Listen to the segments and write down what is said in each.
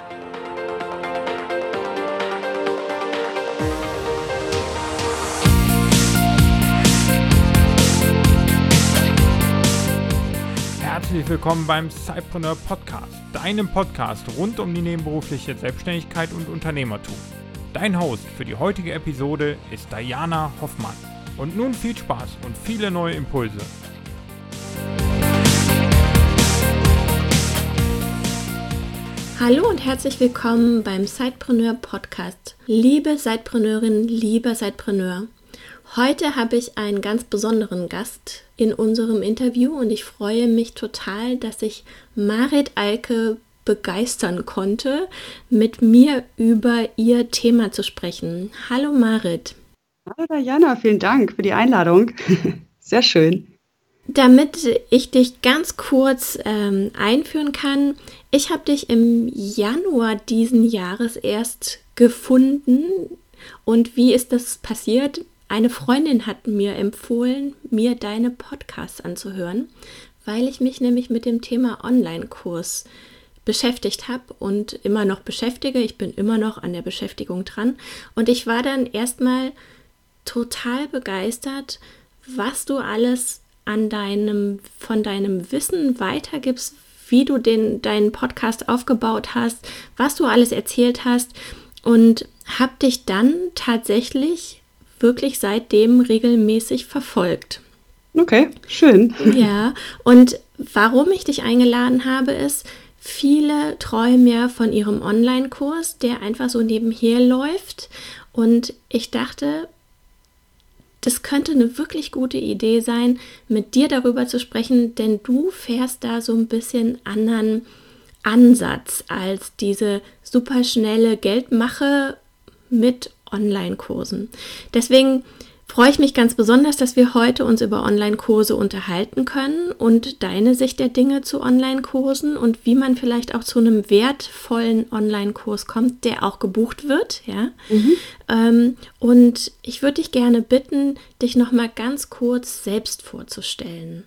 Herzlich willkommen beim Sidepreneur Podcast, deinem Podcast rund um die nebenberufliche Selbstständigkeit und Unternehmertum. Dein Host für die heutige Episode ist Diana Hoffmann. Und nun viel Spaß und viele neue Impulse. Hallo und herzlich willkommen beim Sidepreneur Podcast. Liebe Sidepreneurin, lieber Sidepreneur. Heute habe ich einen ganz besonderen Gast in unserem Interview und ich freue mich total, dass ich Marit Alke begeistern konnte, mit mir über ihr Thema zu sprechen. Hallo Marit. Hallo Diana, vielen Dank für die Einladung. Sehr schön. Damit ich dich ganz kurz einführen kann, ich habe dich im Januar diesen Jahres erst gefunden. Und wie ist das passiert? Eine Freundin hat mir empfohlen, mir deine Podcasts anzuhören, weil ich mich nämlich mit dem Thema Online-Kurs beschäftigt habe und immer noch beschäftige. Ich bin immer noch an der Beschäftigung dran. Und ich war dann erstmal total begeistert, was du alles von deinem Wissen weitergibst, wie du deinen Podcast aufgebaut hast, was du alles erzählt hast und habe dich dann tatsächlich wirklich seitdem regelmäßig verfolgt. Okay, schön. Ja, und warum ich dich eingeladen habe, ist, viele träumen ja von ihrem Online-Kurs, der einfach so nebenher läuft. Und ich dachte, das könnte eine wirklich gute Idee sein, mit dir darüber zu sprechen, denn du fährst da so ein bisschen anderen Ansatz als diese superschnelle Geldmache mit Online-Kursen. Deswegen freue ich mich ganz besonders, dass wir heute uns über Online-Kurse unterhalten können und deine Sicht der Dinge zu Online-Kursen und wie man vielleicht auch zu einem wertvollen Online-Kurs kommt, der auch gebucht wird. Ja? Und ich würde dich gerne bitten, dich nochmal ganz kurz selbst vorzustellen.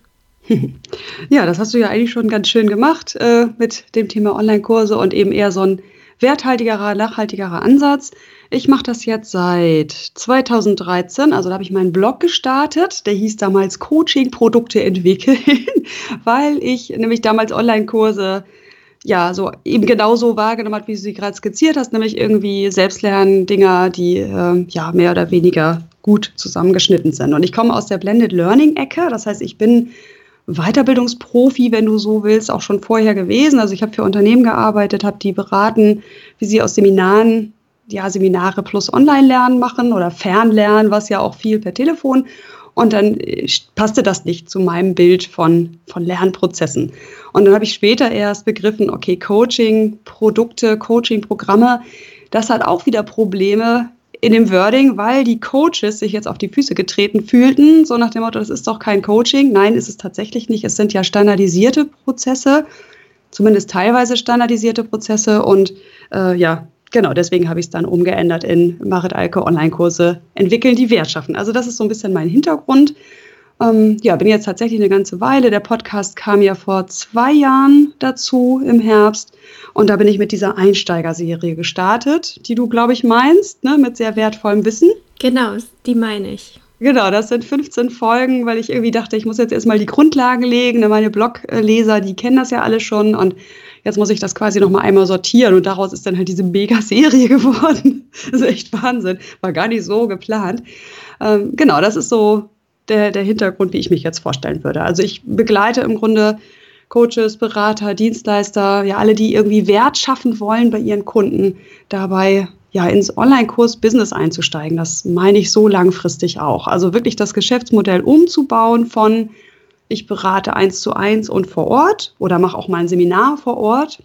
Ja, das hast du ja eigentlich schon ganz schön gemacht mit dem Thema Online-Kurse und eben eher so ein werthaltigerer, nachhaltigerer Ansatz. Ich mache das jetzt seit 2013, also da habe ich meinen Blog gestartet, der hieß damals Coaching Produkte entwickeln, weil ich nämlich damals Online-Kurse ja so eben genauso wahrgenommen habe, wie du sie gerade skizziert hast, nämlich irgendwie Selbstlernen-Dinger, die ja mehr oder weniger gut zusammengeschnitten sind. Und ich komme aus der Blended Learning-Ecke, das heißt, ich bin Weiterbildungsprofi, wenn du so willst, auch schon vorher gewesen. Also ich habe für Unternehmen gearbeitet, habe die beraten, wie sie aus Seminaren, ja, Seminare plus Online-Lernen machen oder Fernlernen, was ja auch viel per Telefon. Und dann passte das nicht zu meinem Bild von Lernprozessen. Und dann habe ich später erst begriffen, okay, Coaching, Produkte, Coaching-Programme, das hat auch wieder Probleme in dem Wording, weil die Coaches sich jetzt auf die Füße getreten fühlten, so nach dem Motto, das ist doch kein Coaching. Nein, ist es tatsächlich nicht. Es sind ja standardisierte Prozesse, zumindest teilweise standardisierte Prozesse. Und ja, genau, deswegen habe ich es dann umgeändert in Marit Alke Online-Kurse entwickeln, die Wert schaffen. Also das ist so ein bisschen mein Hintergrund. Ja, bin jetzt tatsächlich eine ganze Weile. Der Podcast kam ja vor 2 Jahren dazu im Herbst. Und da bin ich mit dieser Einsteigerserie gestartet, die du, glaube ich, meinst, ne, mit sehr wertvollem Wissen. Genau, die meine ich. Genau, das sind 15 Folgen, weil ich irgendwie dachte, ich muss jetzt erstmal die Grundlagen legen. Meine Blogleser, die kennen das ja alle schon. Und jetzt muss ich das quasi nochmal einmal sortieren. Und daraus ist dann halt diese Mega-Serie geworden. Das ist echt Wahnsinn. War gar nicht so geplant. Genau, das ist so der Hintergrund, wie ich mich jetzt vorstellen würde. Also ich begleite im Grunde Coaches, Berater, Dienstleister, ja alle, die irgendwie Wert schaffen wollen bei ihren Kunden, dabei ja ins Online-Kurs-Business einzusteigen. Das meine ich so langfristig auch. Also wirklich das Geschäftsmodell umzubauen von ich berate 1:1 und vor Ort oder mache auch mal ein Seminar vor Ort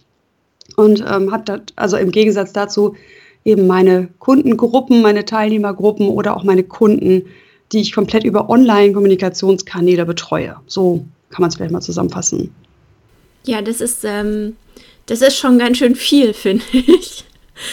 und habe also im Gegensatz dazu eben meine Kundengruppen, meine Teilnehmergruppen oder auch meine Kunden, die ich komplett über Online-Kommunikationskanäle betreue. So kann man es vielleicht mal zusammenfassen. Ja, das ist schon ganz schön viel, finde ich.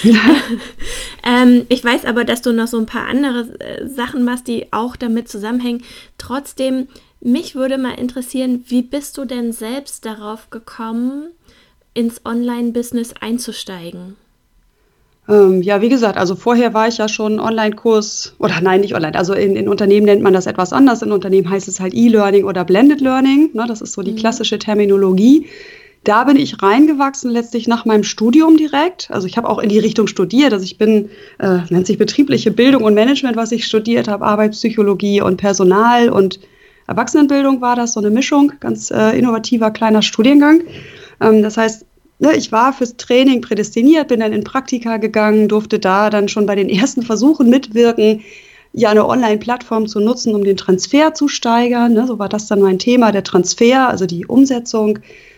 Ich weiß aber, dass du noch so ein paar andere Sachen machst, die auch damit zusammenhängen. Trotzdem, mich würde mal interessieren, wie bist du denn selbst darauf gekommen, ins Online-Business einzusteigen? Ja, wie gesagt, also vorher war ich ja schon Online-Kurs, oder nein, nicht online, also in Unternehmen nennt man das etwas anders. In Unternehmen heißt es halt E-Learning oder Blended Learning, ne, das ist so die klassische Terminologie. Da bin ich reingewachsen, letztlich nach meinem Studium direkt. Also ich habe auch in die Richtung studiert. Also ich bin, nennt sich betriebliche Bildung und Management, was ich studiert habe, Arbeitspsychologie und Personal und Erwachsenenbildung war das, so eine Mischung, ganz innovativer kleiner Studiengang. Das heißt, ne, ich war fürs Training prädestiniert, bin dann in Praktika gegangen, durfte da dann schon bei den ersten Versuchen mitwirken, ja eine Online-Plattform zu nutzen, um den Transfer zu steigern. Ne, so war das dann mein Thema, der Transfer, also die Umsetzung.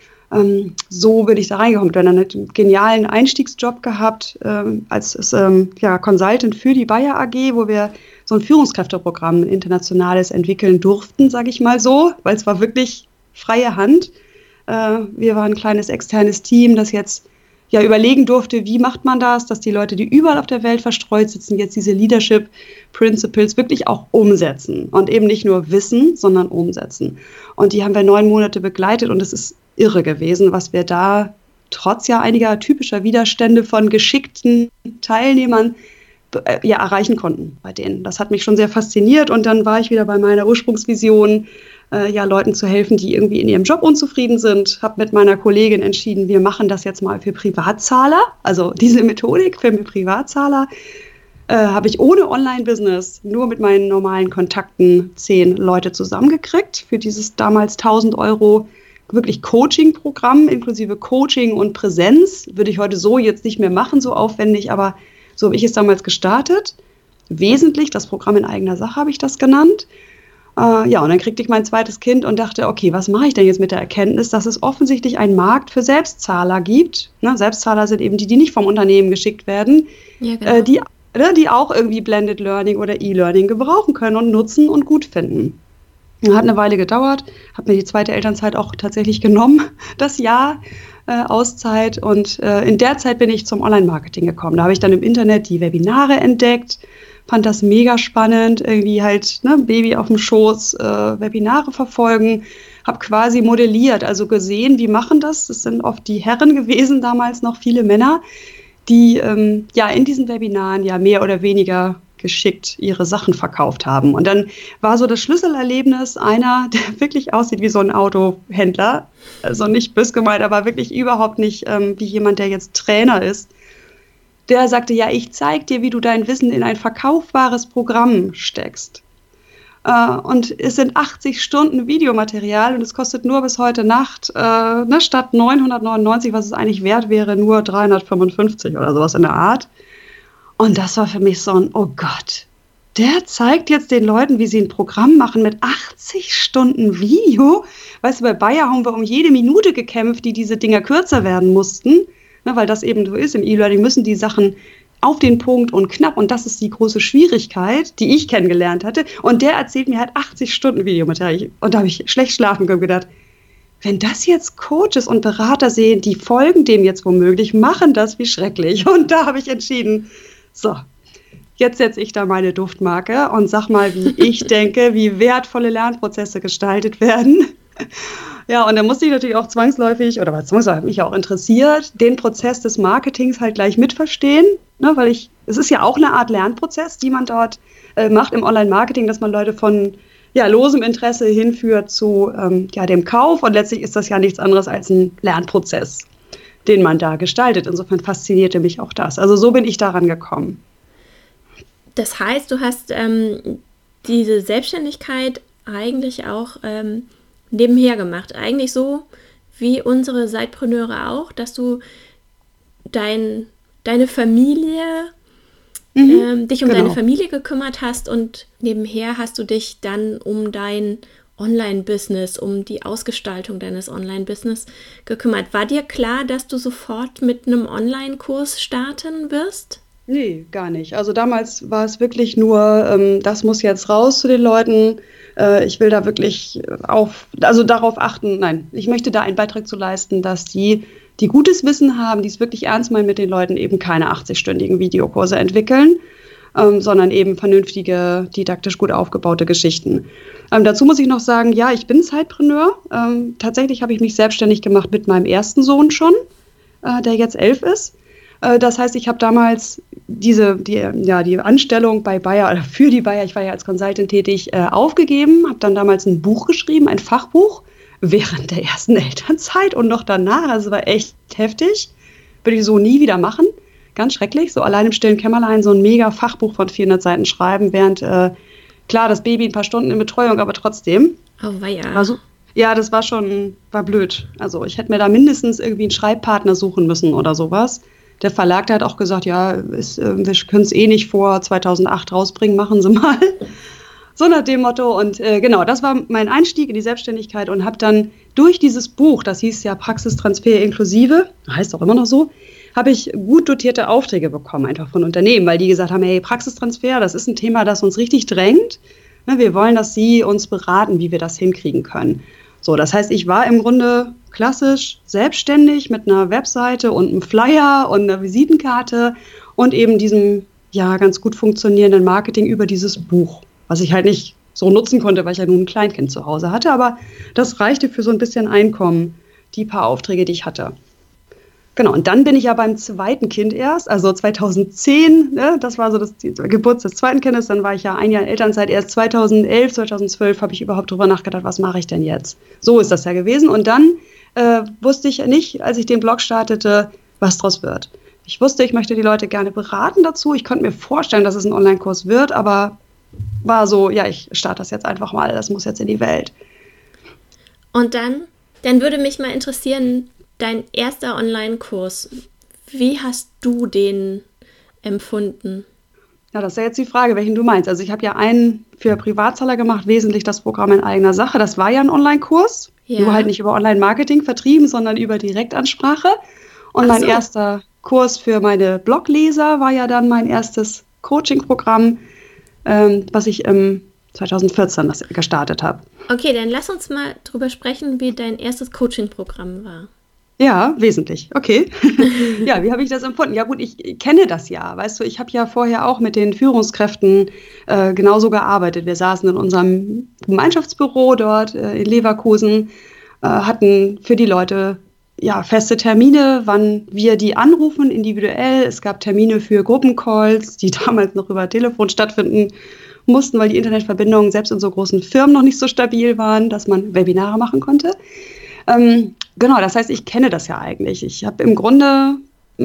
So bin ich da reingekommen. Ich habe dann einen genialen Einstiegsjob gehabt als Consultant für die Bayer AG, wo wir so ein Führungskräfteprogramm, ein internationales entwickeln durften, sage ich mal so, weil es war wirklich freie Hand. Wir waren ein kleines externes Team, das jetzt ja überlegen durfte, wie macht man das, dass die Leute, die überall auf der Welt verstreut sitzen, jetzt diese Leadership Principles wirklich auch umsetzen und eben nicht nur wissen, sondern umsetzen. Und die haben wir 9 Monate begleitet und es ist irre gewesen, was wir da trotz ja einiger typischer Widerstände von geschickten Teilnehmern erreichen konnten bei denen. Das hat mich schon sehr fasziniert und dann war ich wieder bei meiner Ursprungsvision, Leuten zu helfen, die irgendwie in ihrem Job unzufrieden sind. Habe mit meiner Kollegin entschieden, wir machen das jetzt mal für Privatzahler, also diese Methodik für Privatzahler. Habe ich ohne Online-Business nur mit meinen normalen Kontakten 10 Leute zusammengekriegt für dieses damals 1.000 € wirklich Coaching-Programm, inklusive Coaching und Präsenz. Würde ich heute so jetzt nicht mehr machen, so aufwendig, aber so habe ich es damals gestartet. Wesentlich, das Programm in eigener Sache habe ich das genannt. Und dann kriegte ich mein zweites Kind und dachte, okay, was mache ich denn jetzt mit der Erkenntnis, dass es offensichtlich einen Markt für Selbstzahler gibt. Ne, Selbstzahler sind eben die nicht vom Unternehmen geschickt werden, ja, genau. Die auch irgendwie Blended Learning oder E-Learning gebrauchen können und nutzen und gut finden. Hat eine Weile gedauert, habe mir die zweite Elternzeit auch tatsächlich genommen, das Jahr Auszeit. Und in der Zeit bin ich zum Online-Marketing gekommen. Da habe ich dann im Internet die Webinare entdeckt, fand das mega spannend, irgendwie halt Baby auf dem Schoß, Webinare verfolgen, habe quasi modelliert, also gesehen, wie machen das. Das sind oft die Herren gewesen, damals noch viele Männer, die in diesen Webinaren ja mehr oder weniger geschickt ihre Sachen verkauft haben. Und dann war so das Schlüsselerlebnis einer, der wirklich aussieht wie so ein Autohändler, also nicht bös gemeint, aber wirklich überhaupt nicht wie jemand, der jetzt Trainer ist. Der sagte, ja, ich zeige dir, wie du dein Wissen in ein verkaufbares Programm steckst. Und es sind 80 Stunden Videomaterial und es kostet nur bis heute Nacht, statt 999, was es eigentlich wert wäre, nur 355 oder sowas in der Art. Und das war für mich so ein, oh Gott, der zeigt jetzt den Leuten, wie sie ein Programm machen mit 80 Stunden Video. Weißt du, bei Bayer haben wir um jede Minute gekämpft, die diese Dinger kürzer werden mussten, weil das eben so ist. Im E-Learning müssen die Sachen auf den Punkt und knapp. Und das ist die große Schwierigkeit, die ich kennengelernt hatte. Und der erzählt mir halt 80 Stunden Videomaterial. Und da habe ich schlecht schlafen können und gedacht, wenn das jetzt Coaches und Berater sehen, die folgen dem jetzt womöglich, machen das, wie schrecklich. Und da habe ich entschieden, so, jetzt setze ich da meine Duftmarke und sag mal, wie ich denke, wie wertvolle Lernprozesse gestaltet werden. Ja, und dann musste ich natürlich auch zwangsläufig, oder was hat mich auch interessiert, den Prozess des Marketings halt gleich mitverstehen, weil es ist ja auch eine Art Lernprozess, die man dort macht im Online-Marketing, dass man Leute von losem Interesse hinführt zu dem Kauf, und letztlich ist das ja nichts anderes als ein Lernprozess, den man da gestaltet. Insofern faszinierte mich auch das. Also so bin ich daran gekommen. Das heißt, du hast diese Selbstständigkeit eigentlich auch nebenher gemacht. Eigentlich so wie unsere Zeitpreneure auch, dass du deine Familie, dich um deine Familie gekümmert hast und nebenher hast du dich dann um dein Online-Business, um die Ausgestaltung deines Online-Business gekümmert. War dir klar, dass du sofort mit einem Online-Kurs starten wirst? Nee, gar nicht. Also damals war es wirklich nur, das muss jetzt raus zu den Leuten. Ich will da wirklich darauf achten, nein, ich möchte da einen Beitrag zu leisten, dass die gutes Wissen haben, die es wirklich ernst meinen mit den Leuten, eben keine 80-stündigen Videokurse entwickeln, sondern eben vernünftige, didaktisch gut aufgebaute Geschichten. Dazu muss ich noch sagen, ja, ich bin Zeitpreneur. Tatsächlich habe ich mich selbstständig gemacht mit meinem ersten Sohn schon. der jetzt 11 ist. Das heißt, ich habe damals die Anstellung bei Bayer oder für die Bayer, ich war ja als Consultant tätig, aufgegeben, habe dann damals ein Buch geschrieben, ein Fachbuch, während der ersten Elternzeit und noch danach. Also war echt heftig. Würde ich so nie wieder machen. Ganz schrecklich. So allein im stillen Kämmerlein so ein mega Fachbuch von 400 Seiten schreiben, während, klar, das Baby ein paar Stunden in Betreuung, aber trotzdem. Oh, weia. Also, ja, das war blöd. Also ich hätte mir da mindestens irgendwie einen Schreibpartner suchen müssen oder sowas. Der Verlag, der hat auch gesagt, ja, wir können es eh nicht vor 2008 rausbringen, machen Sie mal. So nach dem Motto. Und genau, das war mein Einstieg in die Selbstständigkeit und habe dann durch dieses Buch, das hieß ja Praxistransfer inklusive, heißt auch immer noch so, habe ich gut dotierte Aufträge bekommen, einfach von Unternehmen, weil die gesagt haben, hey, Praxistransfer, das ist ein Thema, das uns richtig drängt. Wir wollen, dass Sie uns beraten, wie wir das hinkriegen können. So, das heißt, ich war im Grunde klassisch selbstständig mit einer Webseite und einem Flyer und einer Visitenkarte und eben diesem ja ganz gut funktionierenden Marketing über dieses Buch, was ich halt nicht so nutzen konnte, weil ich ja nun ein Kleinkind zu Hause hatte, aber das reichte für so ein bisschen Einkommen, die paar Aufträge, die ich hatte. Genau, und dann bin ich ja beim zweiten Kind erst, also 2010, ne, das war so die Geburt des zweiten Kindes, dann war ich ja ein Jahr in Elternzeit, erst 2011, 2012 habe ich überhaupt drüber nachgedacht, was mache ich denn jetzt? So ist das ja gewesen und dann wusste ich nicht, als ich den Blog startete, was draus wird. Ich wusste, ich möchte die Leute gerne beraten dazu, ich konnte mir vorstellen, dass es ein Online-Kurs wird, aber war so, ja, ich starte das jetzt einfach mal, das muss jetzt in die Welt. Und dann würde mich mal interessieren, dein erster Online-Kurs, wie hast du den empfunden? Ja, das ist ja jetzt die Frage, welchen du meinst. Also ich habe ja einen für Privatzahler gemacht, wesentlich das Programm in eigener Sache. Das war ja ein Online-Kurs, nur halt nicht über Online-Marketing vertrieben, sondern über Direktansprache. Und mein erster Kurs für meine Blogleser war ja dann mein erstes Coaching-Programm, was ich im 2014 gestartet habe. Okay, dann lass uns mal drüber sprechen, wie dein erstes Coaching-Programm war. Ja, wesentlich. Okay. Ja, wie habe ich das empfunden? Ja gut, ich kenne das ja. Weißt du, ich habe ja vorher auch mit den Führungskräften genauso gearbeitet. Wir saßen in unserem Gemeinschaftsbüro dort in Leverkusen, hatten für die Leute ja feste Termine, wann wir die anrufen, individuell. Es gab Termine für Gruppencalls, die damals noch über Telefon stattfinden mussten, weil die Internetverbindungen selbst in so großen Firmen noch nicht so stabil waren, dass man Webinare machen konnte. Genau, das heißt, ich kenne das ja eigentlich. Ich habe im Grunde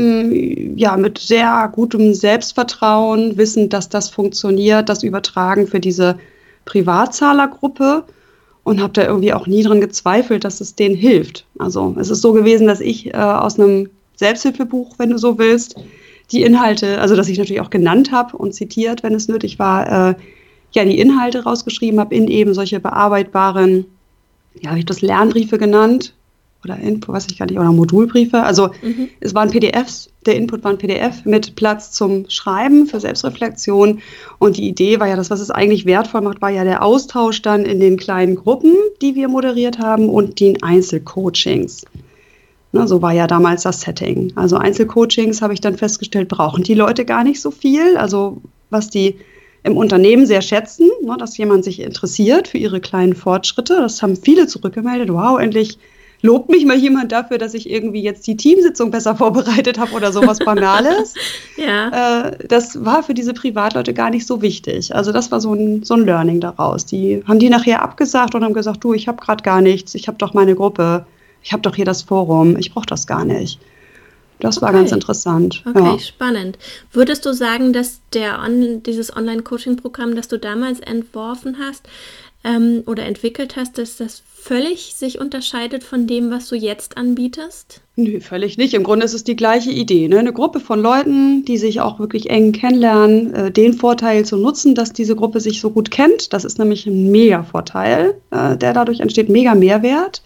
mit sehr gutem Selbstvertrauen, wissend, dass das funktioniert, das übertragen für diese Privatzahlergruppe und habe da irgendwie auch nie dran gezweifelt, dass es denen hilft. Also es ist so gewesen, dass ich aus einem Selbsthilfebuch, wenn du so willst, die Inhalte, also dass ich natürlich auch genannt habe und zitiert, wenn es nötig war, die Inhalte rausgeschrieben habe in eben solche bearbeitbaren, ja, habe ich das Lernbriefe genannt oder Input, weiß ich gar nicht, oder Modulbriefe. Also es waren PDFs, der Input war ein PDF mit Platz zum Schreiben für Selbstreflexion. Und die Idee war ja, das, was es eigentlich wertvoll macht, war ja der Austausch dann in den kleinen Gruppen, die wir moderiert haben und den Einzelcoachings. Ne, so war ja damals das Setting. Also Einzelcoachings, habe ich dann festgestellt, brauchen die Leute gar nicht so viel. Also was die im Unternehmen sehr schätzen, ne, dass jemand sich interessiert für ihre kleinen Fortschritte. Das haben viele zurückgemeldet. Wow, endlich lobt mich mal jemand dafür, dass ich irgendwie jetzt die Teamsitzung besser vorbereitet habe oder sowas Banales. Ja. Das war für diese Privatleute gar nicht so wichtig. Also das war so ein Learning daraus. Die haben die nachher abgesagt und haben gesagt, du, ich habe gerade gar nichts, ich habe doch meine Gruppe, ich habe doch hier das Forum, ich brauche das gar nicht. Das war ganz interessant. Okay, ja. Spannend. Würdest du sagen, dass dieses Online-Coaching-Programm, das du damals entworfen hast oder entwickelt hast, dass das völlig sich unterscheidet von dem, was du jetzt anbietest? Nö, völlig nicht. Im Grunde ist es die gleiche Idee. Ne? Eine Gruppe von Leuten, die sich auch wirklich eng kennenlernen, den Vorteil zu nutzen, dass diese Gruppe sich so gut kennt. Das ist nämlich ein mega Vorteil, der dadurch entsteht, mega Mehrwert.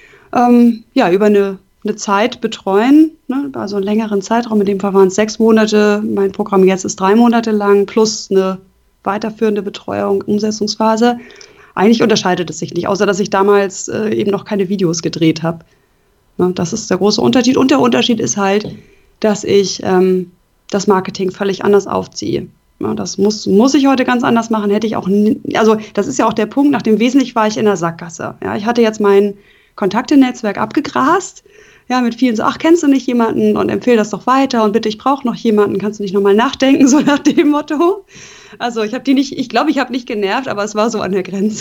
Über eine Zeit betreuen, ne? Also einen längeren Zeitraum, in dem Fall waren es 6 Monate, mein Programm jetzt ist 3 Monate lang, plus eine weiterführende Betreuung, Umsetzungsphase. Eigentlich unterscheidet es sich nicht, außer dass ich damals eben noch keine Videos gedreht habe. Ne? Das ist der große Unterschied. Und der Unterschied ist halt, dass ich das Marketing völlig anders aufziehe. Ja, das muss ich heute ganz anders machen, hätte ich auch also das ist ja auch der Punkt, nach dem Wesentlichen war ich in der Sackgasse. Ja, ich hatte jetzt mein Kontaktenetzwerk abgegrast. ja, mit vielen so, ach, kennst du nicht jemanden und empfehle das doch weiter und bitte, ich brauche noch jemanden, kannst du nicht nochmal nachdenken, so nach dem Motto. Also ich glaube, ich habe nicht genervt, aber es war so an der Grenze.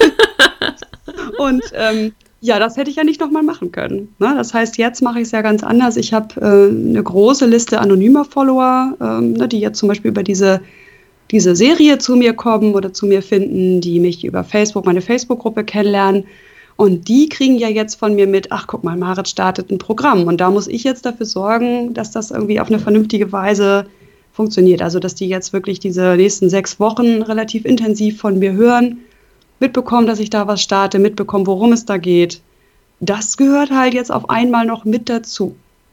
Und ja, das hätte ich ja nicht nochmal machen können. Ne? Das heißt, jetzt mache ich es ja ganz anders. Ich habe eine große Liste anonymer Follower, die jetzt zum Beispiel über diese Serie zu mir kommen oder zu mir finden, die mich über Facebook, meine Facebook-Gruppe kennenlernen. Und die kriegen ja jetzt von mir mit, ach guck mal, Marit startet ein Programm. Und da muss ich jetzt dafür sorgen, dass das irgendwie auf eine vernünftige Weise funktioniert. Also dass die jetzt wirklich diese nächsten 6 Wochen relativ intensiv von mir hören, mitbekommen, dass ich da was starte, mitbekommen, worum es da geht. Das gehört halt jetzt auf einmal noch mit dazu.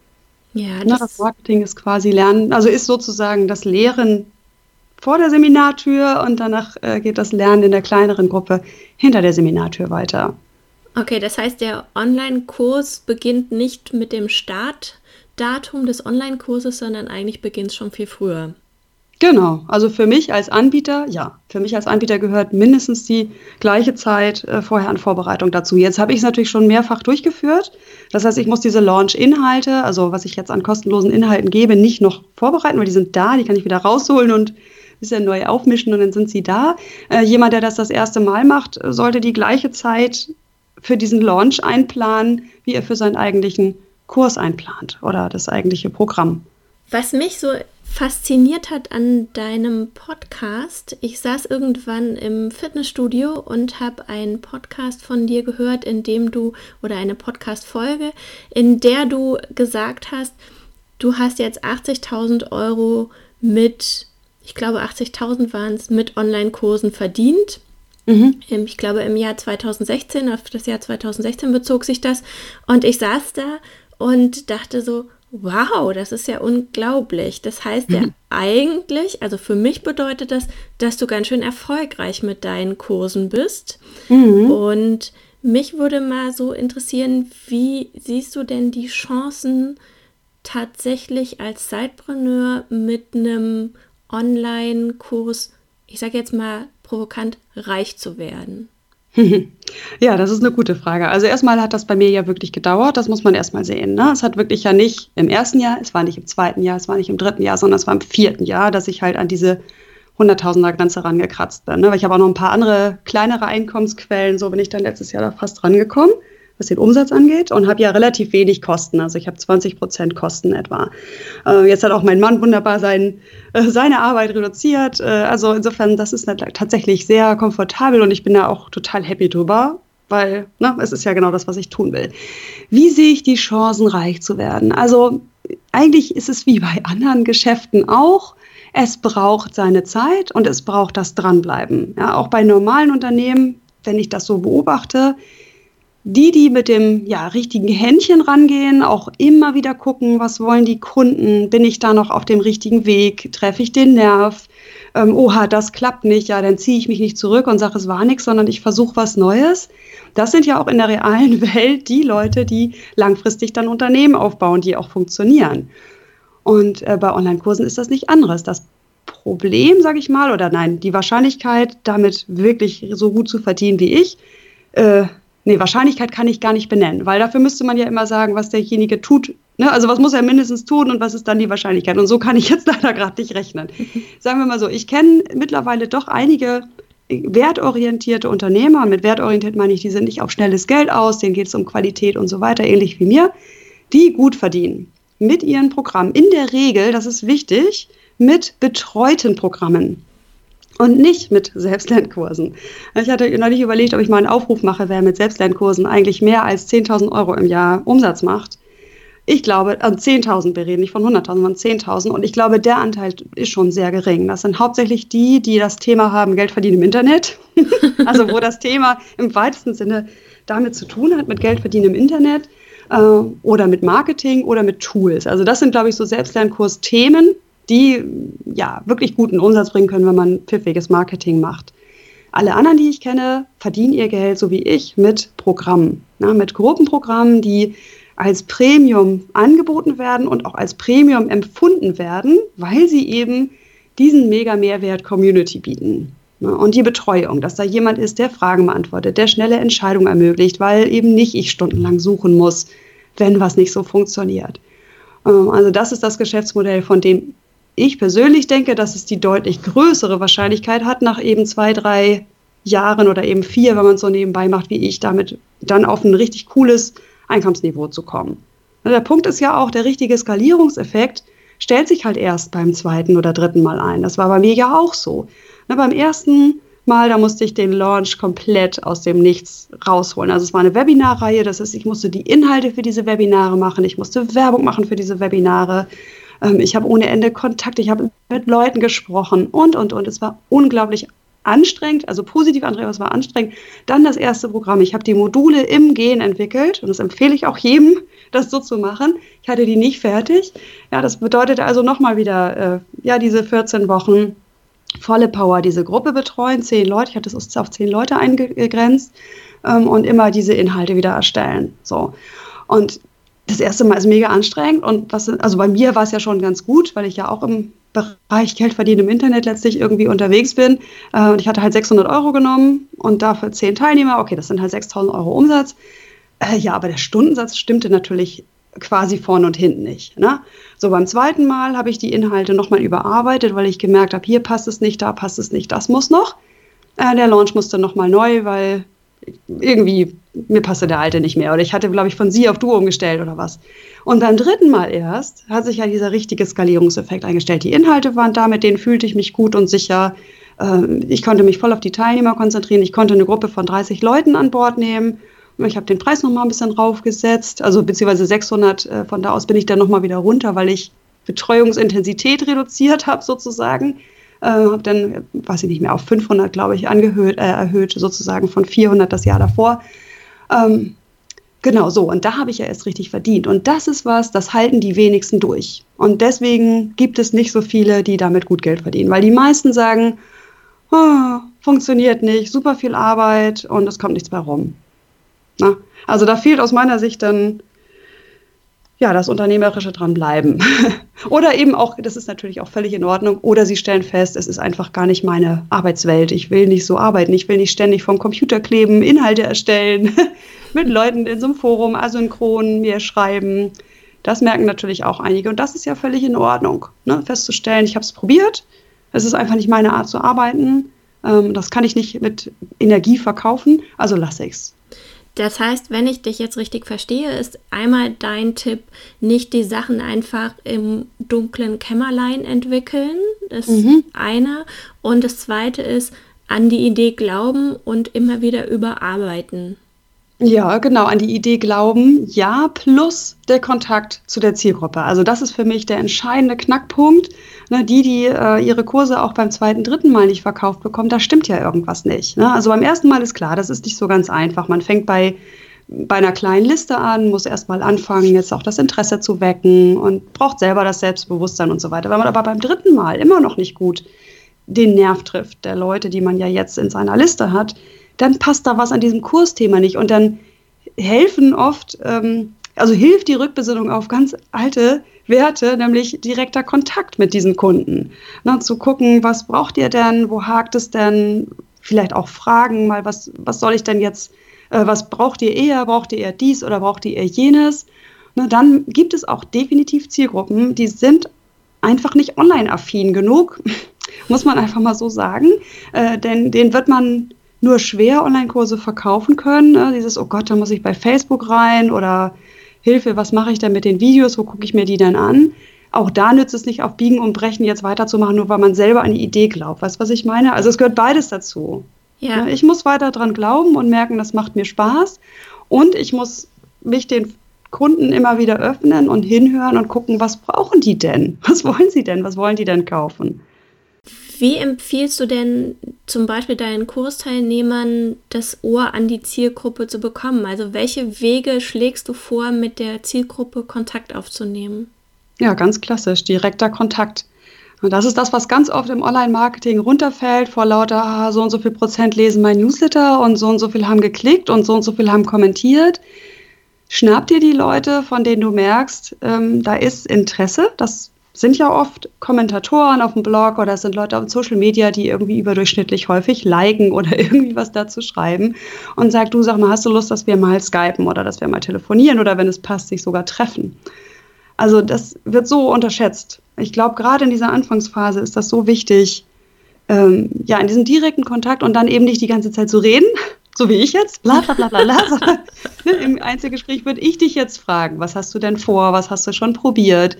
Ja, Das Marketing ist quasi Lernen, also ist sozusagen das Lehren vor der Seminartür und danach geht das Lernen in der kleineren Gruppe hinter der Seminartür weiter. Okay, das heißt, der Online-Kurs beginnt nicht mit dem Startdatum des Online-Kurses, sondern eigentlich beginnt es schon viel früher. Genau, also für mich als Anbieter gehört mindestens die gleiche Zeit vorher an Vorbereitung dazu. Jetzt habe ich es natürlich schon mehrfach durchgeführt. Das heißt, ich muss diese Launch-Inhalte, also was ich jetzt an kostenlosen Inhalten gebe, nicht noch vorbereiten, weil die sind da, die kann ich wieder rausholen und ein bisschen neu aufmischen und dann sind sie da. Jemand, der das erste Mal macht, sollte die gleiche Zeit für diesen Launch einplanen, wie er für seinen eigentlichen Kurs einplant oder das eigentliche Programm. Was mich so fasziniert hat an deinem Podcast, ich saß irgendwann im Fitnessstudio und habe einen Podcast von dir gehört, oder eine Podcast-Folge, in der du gesagt hast, du hast jetzt 80.000 Euro ich glaube 80.000 waren es, mit Online-Kursen verdient. Ich glaube im Jahr 2016, auf das Jahr 2016 bezog sich das. Und ich saß da und dachte so, wow, das ist ja unglaublich. Das heißt ja eigentlich, also für mich bedeutet das, dass du ganz schön erfolgreich mit deinen Kursen bist. Und mich würde mal so interessieren, wie siehst du denn die Chancen tatsächlich als Sidepreneur mit einem Online-Kurs, ich sage jetzt mal provokant, reich zu werden? Ja, das ist eine gute Frage. Also erstmal hat das bei mir ja wirklich gedauert, das muss man erstmal sehen. Ne? Es hat wirklich ja nicht im ersten Jahr, es war nicht im zweiten Jahr, es war nicht im dritten Jahr, sondern es war im 4. Jahr, dass ich halt an diese 100.000er-Grenze rangekratzt bin. Ne? Weil ich habe auch noch ein paar andere kleinere Einkommensquellen, so bin ich dann letztes Jahr da fast rangekommen, was den Umsatz angeht und habe ja relativ wenig Kosten. Also ich habe 20% Kosten etwa. Jetzt hat auch mein Mann wunderbar seine Arbeit reduziert. Also insofern, das ist tatsächlich sehr komfortabel und ich bin da auch total happy drüber, weil es ist ja genau das, was ich tun will. Wie sehe ich die Chancen, reich zu werden? Also eigentlich ist es wie bei anderen Geschäften auch. Es braucht seine Zeit und es braucht das Dranbleiben. Ja, auch bei normalen Unternehmen, wenn ich das so beobachte, die mit dem richtigen Händchen rangehen, auch immer wieder gucken, was wollen die Kunden, bin ich da noch auf dem richtigen Weg, treffe ich den Nerv, oha, das klappt nicht, ja, dann ziehe ich mich nicht zurück und sage, es war nichts, sondern ich versuche was Neues. Das sind ja auch in der realen Welt die Leute, die langfristig dann Unternehmen aufbauen, die auch funktionieren. Und bei Online-Kursen ist das nicht anderes. Das Problem, sage ich mal, die Wahrscheinlichkeit, damit wirklich so gut zu verdienen wie ich, Wahrscheinlichkeit kann ich gar nicht benennen, weil dafür müsste man ja immer sagen, was derjenige tut. Ne? Also was muss er mindestens tun und was ist dann die Wahrscheinlichkeit? Und so kann ich jetzt leider gerade nicht rechnen. Sagen wir mal so, ich kenne mittlerweile doch einige wertorientierte Unternehmer. Mit wertorientiert meine ich, die sind nicht auf schnelles Geld aus, denen geht es um Qualität und so weiter, ähnlich wie mir, die gut verdienen mit ihren Programmen. In der Regel, das ist wichtig, mit betreuten Programmen. Und nicht mit Selbstlernkursen. Ich hatte neulich überlegt, ob ich mal einen Aufruf mache, wer mit Selbstlernkursen eigentlich mehr als 10.000 Euro im Jahr Umsatz macht. Ich glaube, 10.000, wir reden nicht von 100.000, sondern 10.000. Und ich glaube, der Anteil ist schon sehr gering. Das sind hauptsächlich die das Thema haben, Geld verdienen im Internet. Also wo das Thema im weitesten Sinne damit zu tun hat, mit Geld verdienen im Internet oder mit Marketing oder mit Tools. Also das sind, glaube ich, so Selbstlernkurs-Themen, die wirklich guten Umsatz bringen können, wenn man pfiffiges Marketing macht. Alle anderen, die ich kenne, verdienen ihr Geld, so wie ich, mit Programmen. Mit Gruppenprogrammen, die als Premium angeboten werden und auch als Premium empfunden werden, weil sie eben diesen Mega-Mehrwert-Community bieten. Und die Betreuung, dass da jemand ist, der Fragen beantwortet, der schnelle Entscheidungen ermöglicht, weil eben nicht ich stundenlang suchen muss, wenn was nicht so funktioniert. Also das ist das Geschäftsmodell, von dem ich persönlich denke, dass es die deutlich größere Wahrscheinlichkeit hat, nach eben 2, 3 Jahren oder eben 4, wenn man es so nebenbei macht, wie ich, damit dann auf ein richtig cooles Einkommensniveau zu kommen. Der Punkt ist ja auch, der richtige Skalierungseffekt stellt sich halt erst beim 2. oder 3. Mal ein. Das war bei mir ja auch so. Beim ersten Mal, da musste ich den Launch komplett aus dem Nichts rausholen. Also es war eine Webinarreihe, das heißt, ich musste die Inhalte für diese Webinare machen, ich musste Werbung machen für diese Webinare, ich habe ohne Ende Kontakt, ich habe mit Leuten gesprochen und. Es war unglaublich anstrengend, also positiv, Andrea, es war anstrengend. Dann das erste Programm, ich habe die Module im Gehen entwickelt und das empfehle ich auch jedem, das so zu machen. Ich hatte die nicht fertig. Ja, das bedeutet also nochmal wieder, diese 14 Wochen volle Power, diese Gruppe betreuen, 10 Leute, ich hatte es auf 10 Leute eingegrenzt und immer diese Inhalte wieder erstellen. So. Und das erste Mal ist mega anstrengend und also bei mir war es ja schon ganz gut, weil ich ja auch im Bereich Geld verdienen im Internet letztlich irgendwie unterwegs bin. Und ich hatte halt 600 € genommen und dafür 10 Teilnehmer. Okay, das sind halt 6.000 € Umsatz. Aber der Stundensatz stimmte natürlich quasi vorne und hinten nicht. Ne? So, beim zweiten Mal habe ich die Inhalte nochmal überarbeitet, weil ich gemerkt habe, hier passt es nicht, da passt es nicht, das muss noch. Der Launch musste nochmal neu, weil irgendwie mir passte der alte nicht mehr. Oder ich hatte, glaube ich, von Sie auf Du umgestellt oder was. Und beim dritten Mal erst hat sich ja dieser richtige Skalierungseffekt eingestellt. Die Inhalte waren da, mit denen fühlte ich mich gut und sicher. Ich konnte mich voll auf die Teilnehmer konzentrieren. Ich konnte eine Gruppe von 30 Leuten an Bord nehmen. Ich habe den Preis nochmal ein bisschen raufgesetzt, also beziehungsweise 600, von da aus bin ich dann nochmal wieder runter, weil ich Betreuungsintensität reduziert habe sozusagen. Habe dann, weiß ich nicht mehr, auf 500, glaube ich, erhöht sozusagen von 400 das Jahr davor. Genau so, und da habe ich ja erst richtig verdient. Und das ist was, das halten die wenigsten durch. Und deswegen gibt es nicht so viele, die damit gut Geld verdienen, weil die meisten sagen, funktioniert nicht, super viel Arbeit und es kommt nichts bei rum. Na? Also da fehlt aus meiner Sicht dann das unternehmerische Dranbleiben. Oder eben auch, das ist natürlich auch völlig in Ordnung, oder sie stellen fest, es ist einfach gar nicht meine Arbeitswelt. Ich will nicht so arbeiten, ich will nicht ständig vorm Computer kleben, Inhalte erstellen, mit Leuten in so einem Forum asynchron mir schreiben. Das merken natürlich auch einige und das ist ja völlig in Ordnung, ne? Festzustellen, ich habe es probiert, es ist einfach nicht meine Art zu arbeiten, das kann ich nicht mit Energie verkaufen, also lasse ich's. Das heißt, wenn ich dich jetzt richtig verstehe, ist einmal dein Tipp, nicht die Sachen einfach im dunklen Kämmerlein entwickeln, ist einer. Und das zweite ist, an die Idee glauben und immer wieder überarbeiten. Ja, genau, an die Idee glauben, ja, plus der Kontakt zu der Zielgruppe. Also das ist für mich der entscheidende Knackpunkt. Ne, die ihre Kurse auch beim 2., 3. Mal nicht verkauft bekommen, da stimmt ja irgendwas nicht. Ne? Also beim ersten Mal ist klar, das ist nicht so ganz einfach. Man fängt bei einer kleinen Liste an, muss erst mal anfangen, jetzt auch das Interesse zu wecken und braucht selber das Selbstbewusstsein und so weiter. Wenn man aber beim 3. Mal immer noch nicht gut den Nerv trifft, der Leute, die man ja jetzt in seiner Liste hat, dann passt da was an diesem Kursthema nicht. Und dann helfen oft, hilft die Rückbesinnung auf ganz alte Werte, nämlich direkter Kontakt mit diesen Kunden. Ne, zu gucken, was braucht ihr denn, wo hakt es denn, vielleicht auch fragen mal, was soll ich denn jetzt, was braucht ihr eher dies oder braucht ihr eher jenes? Ne, dann gibt es auch definitiv Zielgruppen, die sind einfach nicht online-affin genug, muss man einfach mal so sagen, denn denen wird man nur schwer Online-Kurse verkaufen können. Ne? Dieses, oh Gott, da muss ich bei Facebook rein oder Hilfe, was mache ich denn mit den Videos, wo gucke ich mir die dann an? Auch da nützt es nicht, auf Biegen und Brechen jetzt weiterzumachen, nur weil man selber an die Idee glaubt. Weißt du, was ich meine? Also es gehört beides dazu. Ja. Ich muss weiter dran glauben und merken, das macht mir Spaß. Und ich muss mich den Kunden immer wieder öffnen und hinhören und gucken, was brauchen die denn? Was wollen sie denn? Was wollen die denn kaufen? Wie empfiehlst du denn zum Beispiel deinen Kursteilnehmern, das Ohr an die Zielgruppe zu bekommen? Also welche Wege schlägst du vor, mit der Zielgruppe Kontakt aufzunehmen? Ja, ganz klassisch, direkter Kontakt. Und das ist das, was ganz oft im Online-Marketing runterfällt, vor lauter so und so viel Prozent lesen mein Newsletter und so viel haben geklickt und so viel haben kommentiert. Schnapp dir die Leute, von denen du merkst, da ist Interesse, das sind ja oft Kommentatoren auf dem Blog oder es sind Leute auf Social Media, die irgendwie überdurchschnittlich häufig liken oder irgendwie was dazu schreiben und sagt, du sag mal, hast du Lust, dass wir mal skypen oder dass wir mal telefonieren oder wenn es passt, sich sogar treffen. Also das wird so unterschätzt. Ich glaube, gerade in dieser Anfangsphase ist das so wichtig, in diesem direkten Kontakt und dann eben nicht die ganze Zeit zu reden, so wie ich jetzt, bla bla bla bla bla, sondern im Einzelgespräch würde ich dich jetzt fragen, was hast du denn vor, was hast du schon probiert,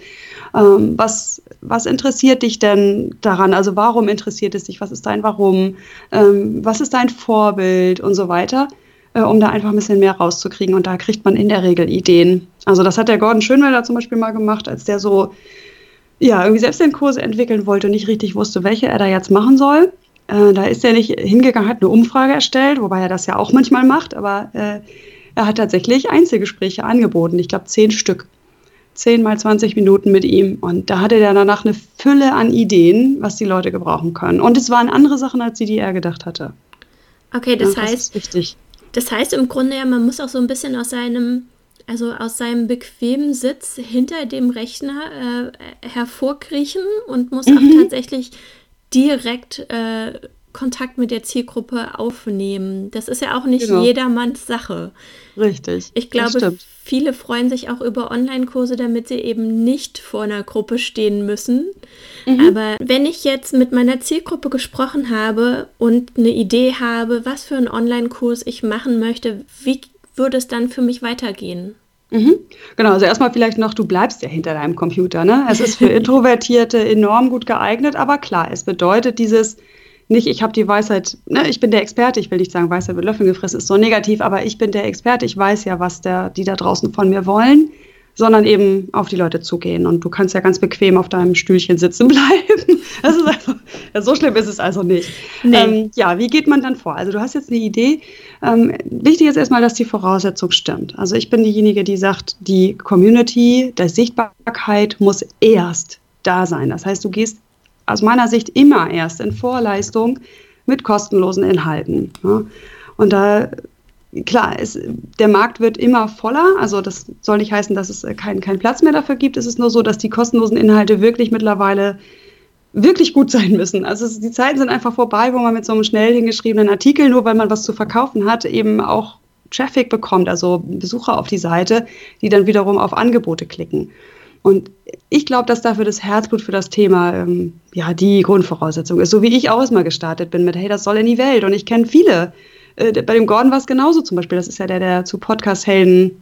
was interessiert dich denn daran, also warum interessiert es dich, was ist dein Warum, was ist dein Vorbild und so weiter, um da einfach ein bisschen mehr rauszukriegen und da kriegt man in der Regel Ideen. Also das hat der Gordon Schönwelder zum Beispiel mal gemacht, als der so irgendwie Selbstlernkurse entwickeln wollte und nicht richtig wusste, welche er da jetzt machen soll. Da ist er nicht hingegangen, hat eine Umfrage erstellt, wobei er das ja auch manchmal macht, aber er hat tatsächlich Einzelgespräche angeboten. Ich glaube 10 Stück. 10 mal 20 Minuten mit ihm. Und da hatte er danach eine Fülle an Ideen, was die Leute gebrauchen können. Und es waren andere Sachen, als die er gedacht hatte. Okay, das heißt, ist wichtig. Das heißt im Grunde ja, man muss auch so ein bisschen aus seinem bequemen Sitz hinter dem Rechner hervorkriechen und muss auch tatsächlich direkt Kontakt mit der Zielgruppe aufnehmen. Das ist ja auch nicht jedermanns Sache. Richtig. Ich glaube, viele freuen sich auch über Online-Kurse, damit sie eben nicht vor einer Gruppe stehen müssen. Aber wenn ich jetzt mit meiner Zielgruppe gesprochen habe und eine Idee habe, was für einen Online-Kurs ich machen möchte, wie würde es dann für mich weitergehen? Genau, also erstmal vielleicht noch, du bleibst ja hinter deinem Computer, ne? Es ist für Introvertierte enorm gut geeignet, aber klar, es bedeutet dieses nicht, ich habe die Weisheit, ne, ich bin der Experte, ich will nicht sagen, Weisheit mit Löffeln gefressen ist so negativ, aber ich bin der Experte, ich weiß ja, was die da draußen von mir wollen, sondern eben auf die Leute zugehen und du kannst ja ganz bequem auf deinem Stühlchen sitzen bleiben. Das ist also, so schlimm ist es also nicht. Nee. Wie geht man dann vor? Also du hast jetzt eine Idee. Wichtig ist erstmal, dass die Voraussetzung stimmt. Also ich bin diejenige, die sagt, die Community, die Sichtbarkeit muss erst da sein. Das heißt, du gehst aus meiner Sicht immer erst in Vorleistung mit kostenlosen Inhalten. Ja? Und da, klar, der Markt wird immer voller. Also das soll nicht heißen, dass es keinen Platz mehr dafür gibt. Es ist nur so, dass die kostenlosen Inhalte wirklich mittlerweile wirklich gut sein müssen. Also die Zeiten sind einfach vorbei, wo man mit so einem schnell hingeschriebenen Artikel, nur weil man was zu verkaufen hat, eben auch Traffic bekommt, also Besucher auf die Seite, die dann wiederum auf Angebote klicken. Und ich glaube, dass dafür das Herzblut für das Thema die Grundvoraussetzung ist. So wie ich auch erstmal gestartet bin mit, hey, das soll in die Welt. Und ich kenne viele. Bei dem Gordon war es genauso zum Beispiel. Das ist ja der zu Podcast-Helden,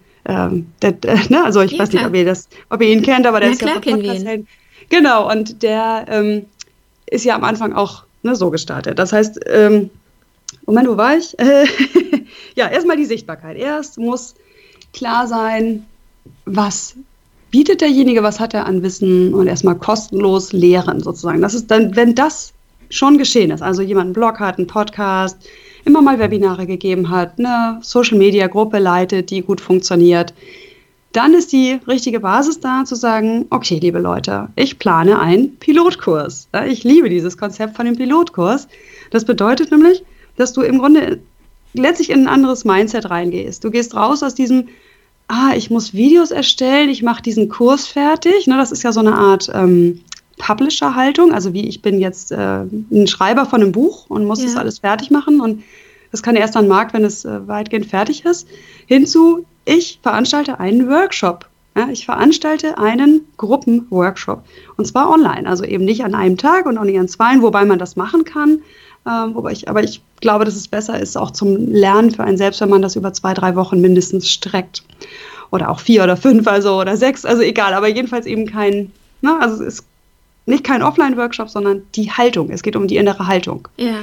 also ich weiß nicht, ob ihr ihn kennt, aber der ist ja zu Podcast-Helden. Genau, und der ist ja am Anfang auch so gestartet. Das heißt, Moment, wo war ich? Erstmal die Sichtbarkeit. Erst muss klar sein, was bietet derjenige, was hat er an Wissen und erstmal kostenlos lehren sozusagen. Das ist dann, wenn das schon geschehen ist, also jemand einen Blog hat, einen Podcast, immer mal Webinare gegeben hat, eine Social-Media-Gruppe leitet, die gut funktioniert, dann ist die richtige Basis da, zu sagen, okay, liebe Leute, ich plane einen Pilotkurs. Ich liebe dieses Konzept von dem Pilotkurs. Das bedeutet nämlich, dass du im Grunde letztlich in ein anderes Mindset reingehst. Du gehst raus aus diesem, ich muss Videos erstellen, ich mache diesen Kurs fertig. Das ist ja so eine Art Publisher-Haltung, also wie ich bin jetzt ein Schreiber von einem Buch und muss das alles fertig machen und das kann erst an den Markt, wenn es weitgehend fertig ist, hinzu, ich veranstalte einen Workshop. Ja, ich veranstalte einen Gruppenworkshop und zwar online, also eben nicht an einem Tag und auch nicht an 2, wobei man das machen kann. Aber ich glaube, dass es besser ist, auch zum Lernen für einen selbst, wenn man das über 2-3 Wochen mindestens streckt. Oder auch 4 oder 5, oder 6, also egal, aber jedenfalls eben es ist nicht kein Offline-Workshop, sondern die Haltung. Es geht um die innere Haltung. Ja.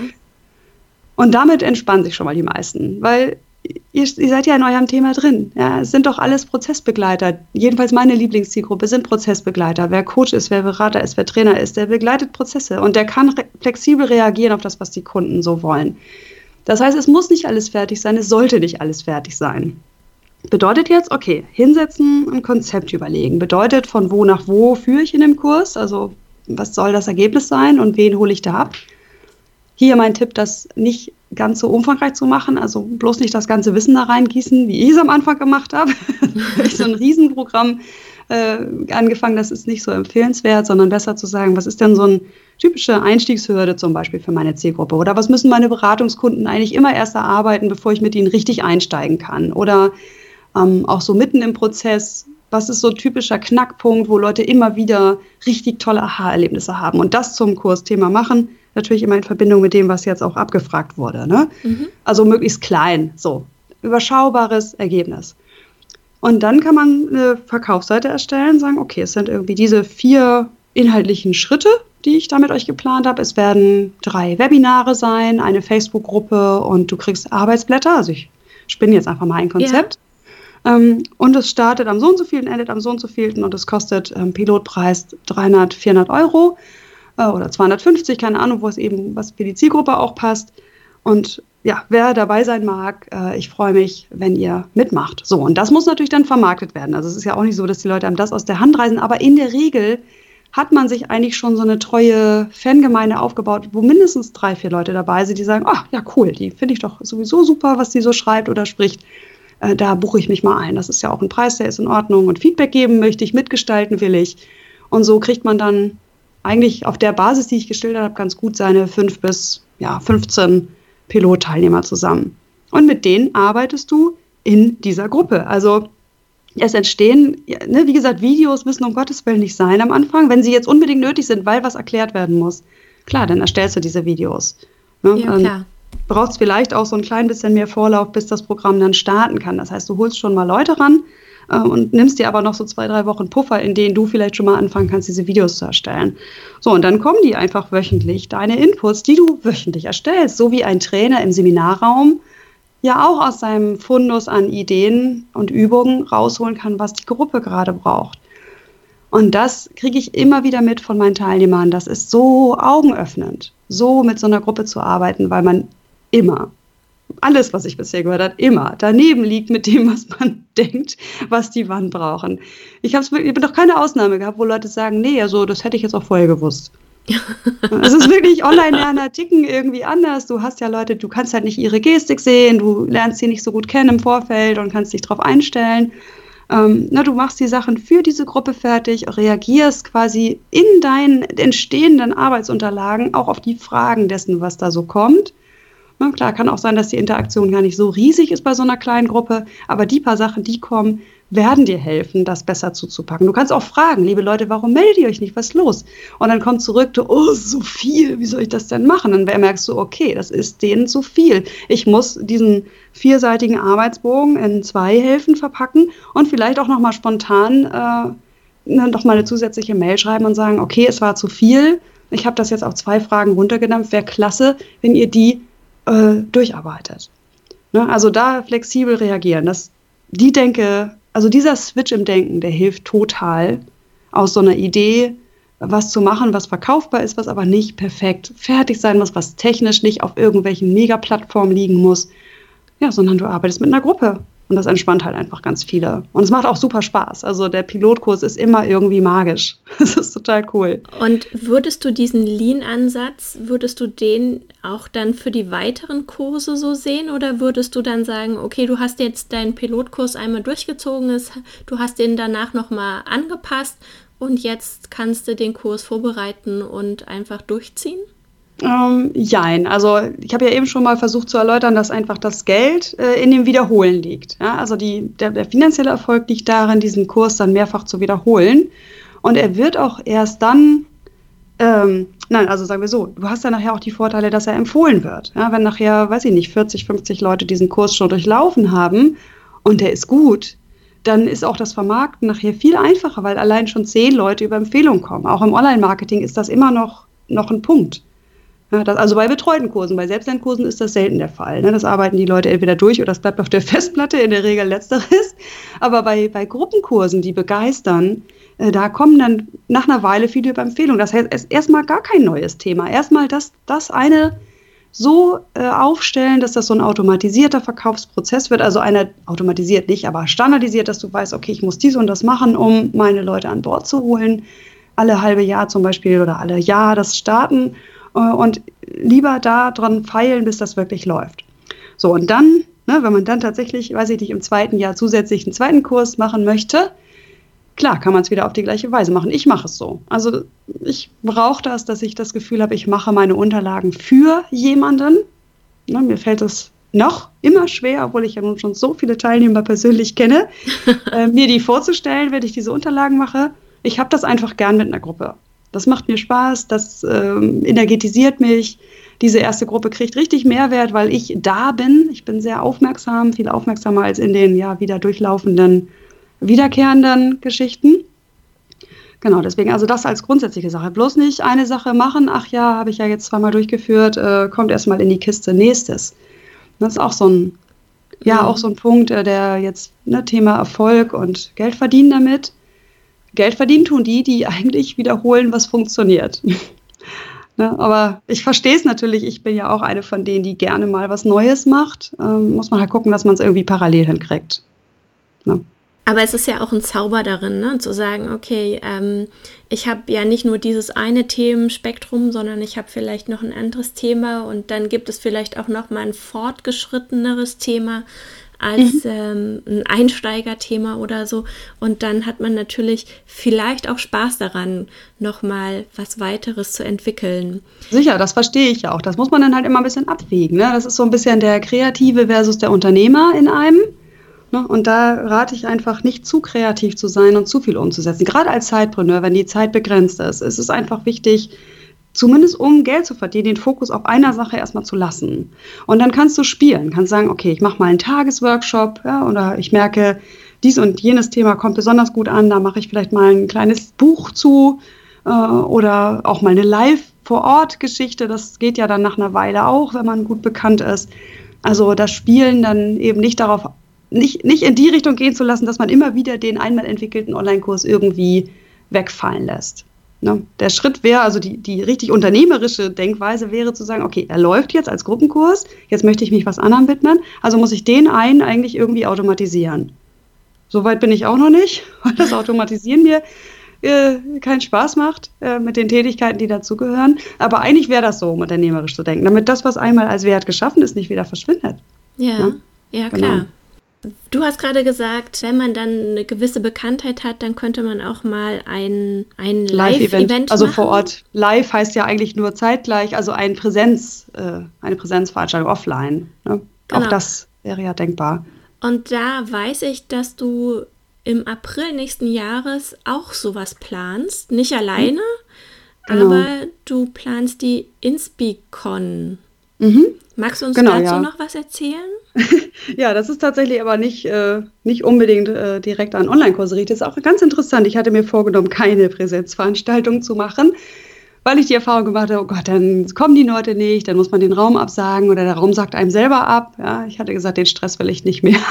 Und damit entspannen sich schon mal die meisten, weil ihr seid ja in eurem Thema drin. Ja, es sind doch alles Prozessbegleiter. Jedenfalls meine Lieblingszielgruppe sind Prozessbegleiter. Wer Coach ist, wer Berater ist, wer Trainer ist, der begleitet Prozesse und der kann flexibel reagieren auf das, was die Kunden so wollen. Das heißt, es muss nicht alles fertig sein, es sollte nicht alles fertig sein. Bedeutet jetzt, okay, hinsetzen, ein Konzept überlegen. Bedeutet, von wo nach wo führe ich in dem Kurs, also was soll das Ergebnis sein und wen hole ich da ab? Hier mein Tipp, das nicht ganz so umfangreich zu machen, also bloß nicht das ganze Wissen da reingießen, wie ich es am Anfang gemacht habe. So ein Riesenprogramm angefangen, das ist nicht so empfehlenswert, sondern besser zu sagen, was ist denn so eine typische Einstiegshürde zum Beispiel für meine Zielgruppe? Oder was müssen meine Beratungskunden eigentlich immer erst erarbeiten, bevor ich mit ihnen richtig einsteigen kann? Oder auch so mitten im Prozess, was ist so ein typischer Knackpunkt, wo Leute immer wieder richtig tolle Aha-Erlebnisse haben und das zum Kursthema machen, natürlich immer in Verbindung mit dem, was jetzt auch abgefragt wurde. Ne? Also möglichst klein, so überschaubares Ergebnis. Und dann kann man eine Verkaufsseite erstellen, sagen, okay, es sind irgendwie diese 4 inhaltlichen Schritte, die ich da mit euch geplant habe. Es werden 3 Webinare sein, eine Facebook-Gruppe und du kriegst Arbeitsblätter. Also ich spinne jetzt einfach mal ein Konzept. Ja. Und es startet am so und so vielen, endet am so und so vielen und es kostet Pilotpreis 300, 400 Euro oder 250, keine Ahnung, wo es eben was für die Zielgruppe auch passt. Und ja, wer dabei sein mag, ich freue mich, wenn ihr mitmacht. So, und das muss natürlich dann vermarktet werden. Also es ist ja auch nicht so, dass die Leute einem das aus der Hand reißen, aber in der Regel hat man sich eigentlich schon so eine treue Fangemeinde aufgebaut, wo mindestens 3, 4 Leute dabei sind, die sagen, ach ja, cool, die finde ich doch sowieso super, was die so schreibt oder spricht. Da buche ich mich mal ein. Das ist ja auch ein Preis, der ist in Ordnung. Und Feedback geben möchte ich, mitgestalten will ich. Und so kriegt man dann eigentlich auf der Basis, die ich geschildert habe, ganz gut seine 5 bis 15 Pilotteilnehmer zusammen. Und mit denen arbeitest du in dieser Gruppe. Also es entstehen, ne, wie gesagt, Videos müssen um Gottes Willen nicht sein am Anfang. Wenn sie jetzt unbedingt nötig sind, weil was erklärt werden muss, klar, dann erstellst du diese Videos. Ne? Ja, klar. Brauchst vielleicht auch so ein klein bisschen mehr Vorlauf, bis das Programm dann starten kann. Das heißt, du holst schon mal Leute ran und nimmst dir aber noch so 2, 3 Wochen Puffer, in denen du vielleicht schon mal anfangen kannst, diese Videos zu erstellen. So, und dann kommen die einfach wöchentlich, deine Inputs, die du wöchentlich erstellst, so wie ein Trainer im Seminarraum ja auch aus seinem Fundus an Ideen und Übungen rausholen kann, was die Gruppe gerade braucht. Und das kriege ich immer wieder mit von meinen Teilnehmern. Das ist so augenöffnend, so mit so einer Gruppe zu arbeiten, weil man immer, alles, was ich bisher gehört habe, immer daneben liegt mit dem, was man denkt, was die wann brauchen. Ich habe doch keine Ausnahme gehabt, wo Leute sagen, nee, also das hätte ich jetzt auch vorher gewusst. Es ist wirklich, Online-Lerner ticken irgendwie anders. Du hast ja Leute, du kannst halt nicht ihre Gestik sehen, du lernst sie nicht so gut kennen im Vorfeld und kannst dich darauf einstellen. Du machst die Sachen für diese Gruppe fertig, reagierst quasi in deinen entstehenden Arbeitsunterlagen auch auf die Fragen dessen, was da so kommt. Na, klar, kann auch sein, dass die Interaktion gar nicht so riesig ist bei so einer kleinen Gruppe, aber die paar Sachen, die kommen, werden dir helfen, das besser zuzupacken. Du kannst auch fragen, liebe Leute, warum meldet ihr euch nicht, was ist los? Und dann kommt zurück, oh, so viel, wie soll ich das denn machen? Und dann merkst du, okay, das ist denen zu viel. Ich muss diesen 4-seitigen Arbeitsbogen in 2 Hälften verpacken und vielleicht auch nochmal spontan noch mal eine zusätzliche Mail schreiben und sagen, okay, es war zu viel, ich habe das jetzt auf 2 Fragen runtergedampft, wäre klasse, wenn ihr die durcharbeitet. Ne? Also da flexibel reagieren. Dieser Switch im Denken, der hilft total, aus so einer Idee was zu machen, was verkaufbar ist, was aber nicht perfekt fertig sein muss, was technisch nicht auf irgendwelchen Megaplattformen liegen muss, ja, sondern du arbeitest mit einer Gruppe. Und das entspannt halt einfach ganz viele. Und es macht auch super Spaß. Also der Pilotkurs ist immer irgendwie magisch. Das ist total cool. Und würdest du diesen Lean-Ansatz, würdest du den auch dann für die weiteren Kurse so sehen? Oder würdest du dann sagen, okay, du hast jetzt deinen Pilotkurs einmal durchgezogen, du hast den danach nochmal angepasst und jetzt kannst du den Kurs vorbereiten und einfach durchziehen? Jein. Also ich habe ja eben schon mal versucht zu erläutern, dass einfach das Geld in dem Wiederholen liegt. Ja? Also der finanzielle Erfolg liegt darin, diesen Kurs dann mehrfach zu wiederholen. Und er wird auch erst dann, also sagen wir so, du hast ja nachher auch die Vorteile, dass er empfohlen wird. Ja? Wenn nachher, 40, 50 Leute diesen Kurs schon durchlaufen haben und der ist gut, dann ist auch das Vermarkten nachher viel einfacher, weil allein schon 10 Leute über Empfehlungen kommen. Auch im Online-Marketing ist das immer noch ein Punkt. Ja, also bei betreuten Kursen, bei Selbstlernkursen ist das selten der Fall. Ne? Das arbeiten die Leute entweder durch oder es bleibt auf der Festplatte, in der Regel letzteres. Aber bei Gruppenkursen, die begeistern, da kommen dann nach einer Weile viele über Empfehlungen. Das heißt, erstmal gar kein neues Thema. Erstmal das eine so aufstellen, dass das so ein automatisierter Verkaufsprozess wird. Also einer automatisiert nicht, aber standardisiert, dass du weißt, okay, ich muss dies und das machen, um meine Leute an Bord zu holen. Alle halbe Jahr zum Beispiel oder alle Jahr das starten. Und lieber da dran feilen, bis das wirklich läuft. So, und dann, wenn man dann tatsächlich, im 2. Jahr zusätzlich einen 2. Kurs machen möchte, klar, kann man es wieder auf die gleiche Weise machen. Ich mache es so. Also ich brauche das, dass ich das Gefühl habe, ich mache meine Unterlagen für jemanden. Ne, mir fällt es noch immer schwer, obwohl ich ja nun schon so viele Teilnehmer persönlich kenne, mir die vorzustellen, wenn ich diese Unterlagen mache. Ich habe das einfach gern mit einer Gruppe. Das macht mir Spaß, das energetisiert mich. Diese erste Gruppe kriegt richtig Mehrwert, weil ich da bin. Ich bin sehr aufmerksam, viel aufmerksamer als in den wieder durchlaufenden, wiederkehrenden Geschichten. Genau, deswegen also das als grundsätzliche Sache. Bloß nicht eine Sache machen, ach ja, habe ich ja jetzt zweimal durchgeführt, kommt erstmal in die Kiste, nächstes. Das ist auch so ein, auch so ein Punkt, der jetzt Thema Erfolg und Geld verdienen damit. Geld verdienen tun die eigentlich wiederholen, was funktioniert. Aber ich verstehe es natürlich, ich bin ja auch eine von denen, die gerne mal was Neues macht. Muss man halt gucken, dass man es irgendwie parallel hinkriegt. Ne? Aber es ist ja auch ein Zauber darin, ne? Zu sagen, okay, ich habe ja nicht nur dieses eine Themenspektrum, sondern ich habe vielleicht noch ein anderes Thema und dann gibt es vielleicht auch noch mal ein fortgeschritteneres Thema als ein Einsteigerthema oder so. Und dann hat man natürlich vielleicht auch Spaß daran, noch mal was weiteres zu entwickeln. Sicher, das verstehe ich auch. Das muss man dann halt immer ein bisschen abwägen. Ne? Das ist so ein bisschen der Kreative versus der Unternehmer in einem. Und da rate ich einfach, nicht zu kreativ zu sein und zu viel umzusetzen. Gerade als Zeitpreneur, wenn die Zeit begrenzt ist, ist es einfach wichtig, zumindest um Geld zu verdienen, den Fokus auf einer Sache erstmal zu lassen. Und dann kannst du spielen, kannst sagen, okay, ich mache mal einen Tagesworkshop, oder ich merke, dies und jenes Thema kommt besonders gut an, da mache ich vielleicht mal ein kleines Buch zu oder auch mal eine Live-vor-Ort-Geschichte. Das geht ja dann nach einer Weile auch, wenn man gut bekannt ist. Also das Spielen dann eben nicht in die Richtung gehen zu lassen, dass man immer wieder den einmal entwickelten Online-Kurs irgendwie wegfallen lässt. Ne? Der Schritt wäre, also die richtig unternehmerische Denkweise wäre zu sagen, okay, er läuft jetzt als Gruppenkurs, jetzt möchte ich mich was anderem widmen, also muss ich den einen eigentlich irgendwie automatisieren. Soweit bin ich auch noch nicht, weil das Automatisieren mir keinen Spaß macht mit den Tätigkeiten, die dazugehören. Aber eigentlich wäre das so, um unternehmerisch zu denken, damit das, was einmal als Wert geschaffen ist, nicht wieder verschwindet. Ja, ne? Ja, klar. Genau. Du hast gerade gesagt, wenn man dann eine gewisse Bekanntheit hat, dann könnte man auch mal ein Live-Event machen. Also vor Ort. Live heißt ja eigentlich nur zeitgleich, also eine Präsenzveranstaltung offline. Ne? Genau. Auch das wäre ja denkbar. Und da weiß ich, dass du im April nächsten Jahres auch sowas planst. Nicht alleine, Genau. aber du planst die Inspicon. Magst du uns dazu noch was erzählen? Ja, das ist tatsächlich aber nicht unbedingt direkt an Online-Kurse richtet. Das ist auch ganz interessant. Ich hatte mir vorgenommen, keine Präsenzveranstaltung zu machen, weil ich die Erfahrung gemacht habe, oh Gott, dann kommen die Leute nicht, dann muss man den Raum absagen oder der Raum sagt einem selber ab. Ja, ich hatte gesagt, den Stress will ich nicht mehr.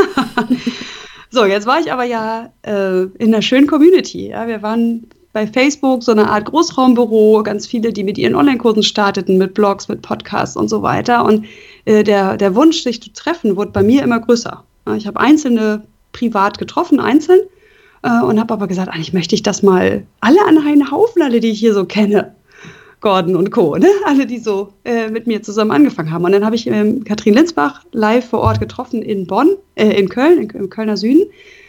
So, jetzt war ich aber ja in einer schönen Community. Ja, wir waren bei Facebook so eine Art Großraumbüro, ganz viele, die mit ihren Online-Kursen starteten, mit Blogs, mit Podcasts und so weiter. Und der Wunsch, sich zu treffen, wurde bei mir immer größer. Ich habe Einzelne privat getroffen, einzeln, und habe aber gesagt, eigentlich möchte ich das mal alle an einen Haufen, alle, die ich hier so kenne. Gordon und Co., ne? Alle, die so mit mir zusammen angefangen haben. Und dann habe ich Katrin Linsbach live vor Ort getroffen in in Köln, im Kölner Süden.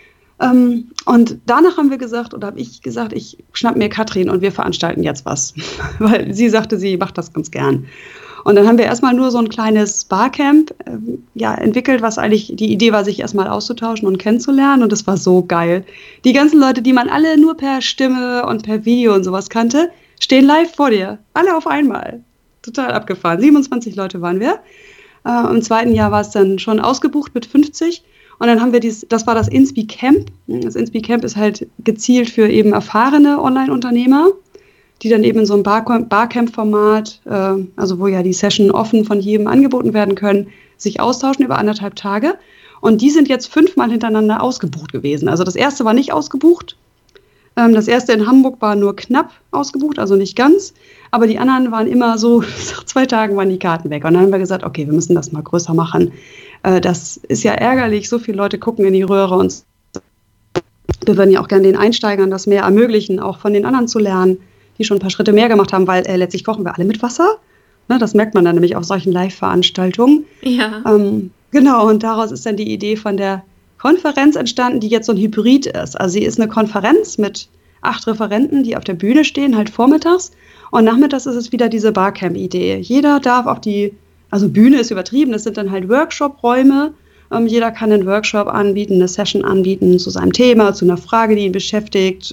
Und danach habe ich gesagt, ich schnapp mir Katrin und wir veranstalten jetzt was. Weil sie sagte, sie macht das ganz gern. Und dann haben wir erstmal nur so ein kleines Barcamp entwickelt, was eigentlich die Idee war, sich erstmal auszutauschen und kennenzulernen. Und das war so geil. Die ganzen Leute, die man alle nur per Stimme und per Video und sowas kannte, stehen live vor dir. Alle auf einmal. Total abgefahren. 27 Leute waren wir. Im zweiten Jahr war es dann schon ausgebucht mit 50. Und dann haben wir das war das Inspicamp. Das Inspicamp ist halt gezielt für eben erfahrene Online-Unternehmer, die dann eben in so einem Barcamp-Format, also wo ja die Session offen von jedem angeboten werden können, sich austauschen über 1,5 Tage. Und die sind jetzt 5-mal hintereinander ausgebucht gewesen. Also das erste war nicht ausgebucht. Das erste in Hamburg war nur knapp ausgebucht, also nicht ganz. Aber die anderen waren immer so, nach 2 Tagen waren die Karten weg. Und dann haben wir gesagt, okay, wir müssen das mal größer machen. Das ist ja ärgerlich, so viele Leute gucken in die Röhre und wir würden ja auch gerne den Einsteigern das mehr ermöglichen, auch von den anderen zu lernen, die schon ein paar Schritte mehr gemacht haben, weil letztlich kochen wir alle mit Wasser. Ne, das merkt man dann nämlich auf solchen Live-Veranstaltungen. Ja. Genau, und daraus ist dann die Idee von der Konferenz entstanden, die jetzt so ein Hybrid ist. Also sie ist eine Konferenz mit 8 Referenten, die auf der Bühne stehen, halt vormittags. Und nachmittags ist es wieder diese Barcamp-Idee. Jeder darf auf also Bühne ist übertrieben, das sind dann halt Workshop-Räume. Jeder kann einen Workshop anbieten, eine Session anbieten zu seinem Thema, zu einer Frage, die ihn beschäftigt.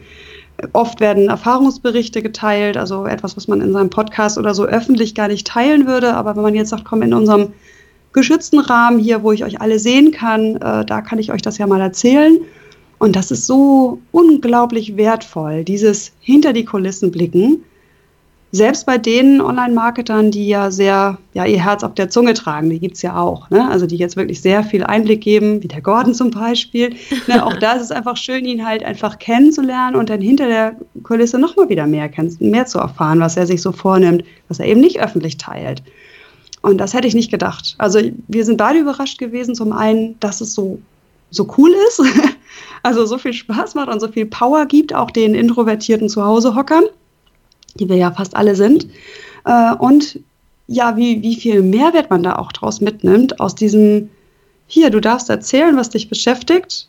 Oft werden Erfahrungsberichte geteilt, also etwas, was man in seinem Podcast oder so öffentlich gar nicht teilen würde. Aber wenn man jetzt sagt, komm, in unserem geschützten Rahmen hier, wo ich euch alle sehen kann, da kann ich euch das ja mal erzählen. Und das ist so unglaublich wertvoll, dieses hinter die Kulissen blicken. Selbst bei den Online-Marketern, die ja sehr ihr Herz auf der Zunge tragen, die gibt es ja auch, ne? Also die jetzt wirklich sehr viel Einblick geben, wie der Gordon zum Beispiel. Ne? Auch da ist es einfach schön, ihn halt einfach kennenzulernen und dann hinter der Kulisse nochmal wieder mehr zu erfahren, was er sich so vornimmt, was er eben nicht öffentlich teilt. Und das hätte ich nicht gedacht. Also wir sind beide überrascht gewesen, zum einen, dass es so cool ist, also so viel Spaß macht und so viel Power gibt, auch den introvertierten Zuhause-Hockern, die wir ja fast alle sind. Und ja, wie viel Mehrwert man da auch draus mitnimmt, aus diesem, hier, du darfst erzählen, was dich beschäftigt,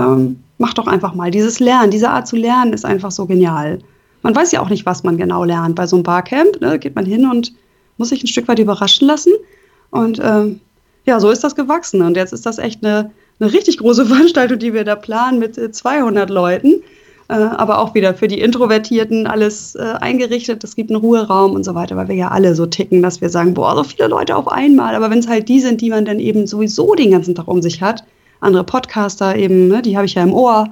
mach doch einfach mal. Dieses Lernen, diese Art zu lernen ist einfach so genial. Man weiß ja auch nicht, was man genau lernt. Bei so einem Barcamp, ne, geht man hin und muss sich ein Stück weit überraschen lassen. Und so ist das gewachsen. Und jetzt ist das echt eine richtig große Veranstaltung, die wir da planen mit 200 Leuten. Aber auch wieder für die Introvertierten alles eingerichtet. Es gibt einen Ruheraum und so weiter, weil wir ja alle so ticken, dass wir sagen, boah, so viele Leute auf einmal. Aber wenn es halt die sind, die man dann eben sowieso den ganzen Tag um sich hat, andere Podcaster eben, ne, die habe ich ja im Ohr,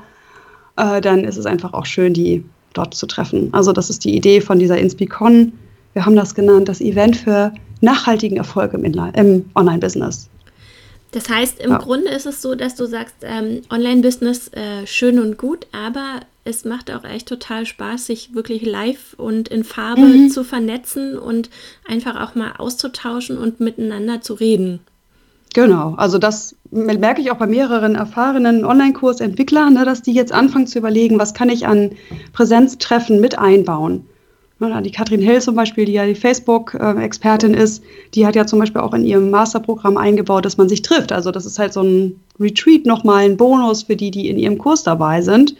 dann ist es einfach auch schön, die dort zu treffen. Also das ist die Idee von dieser InspiCon. Wir haben das genannt, das Event für nachhaltigen Erfolg im Online-Business. Das heißt, im Grunde ist es so, dass du sagst, Online-Business schön und gut, aber es macht auch echt total Spaß, sich wirklich live und in Farbe zu vernetzen und einfach auch mal auszutauschen und miteinander zu reden. Genau, also das merke ich auch bei mehreren erfahrenen Online-Kursentwicklern, ne, dass die jetzt anfangen zu überlegen, was kann ich an Präsenztreffen mit einbauen. Die Katrin Hill zum Beispiel, die ja die Facebook-Expertin ist, die hat ja zum Beispiel auch in ihrem Masterprogramm eingebaut, dass man sich trifft. Also das ist halt so ein Retreat nochmal, ein Bonus für die in ihrem Kurs dabei sind.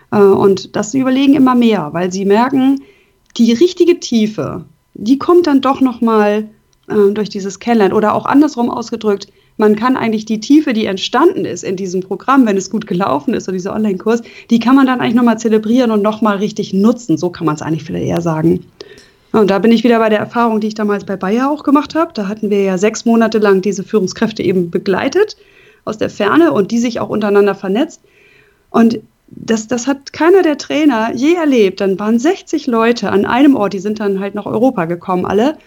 Und das überlegen immer mehr, weil sie merken, die richtige Tiefe, die kommt dann doch nochmal durch dieses Kennenlernen. Oder auch andersrum ausgedrückt, man kann eigentlich die Tiefe, die entstanden ist in diesem Programm, wenn es gut gelaufen ist, so dieser Online-Kurs, die kann man dann eigentlich nochmal zelebrieren und nochmal richtig nutzen. So kann man es eigentlich viel eher sagen. Und da bin ich wieder bei der Erfahrung, die ich damals bei Bayer auch gemacht habe. Da hatten wir ja 6 Monate lang diese Führungskräfte eben begleitet aus der Ferne und die sich auch untereinander vernetzt. Und das hat keiner der Trainer je erlebt. Dann waren 60 Leute an einem Ort, die sind dann halt nach Europa gekommen alle.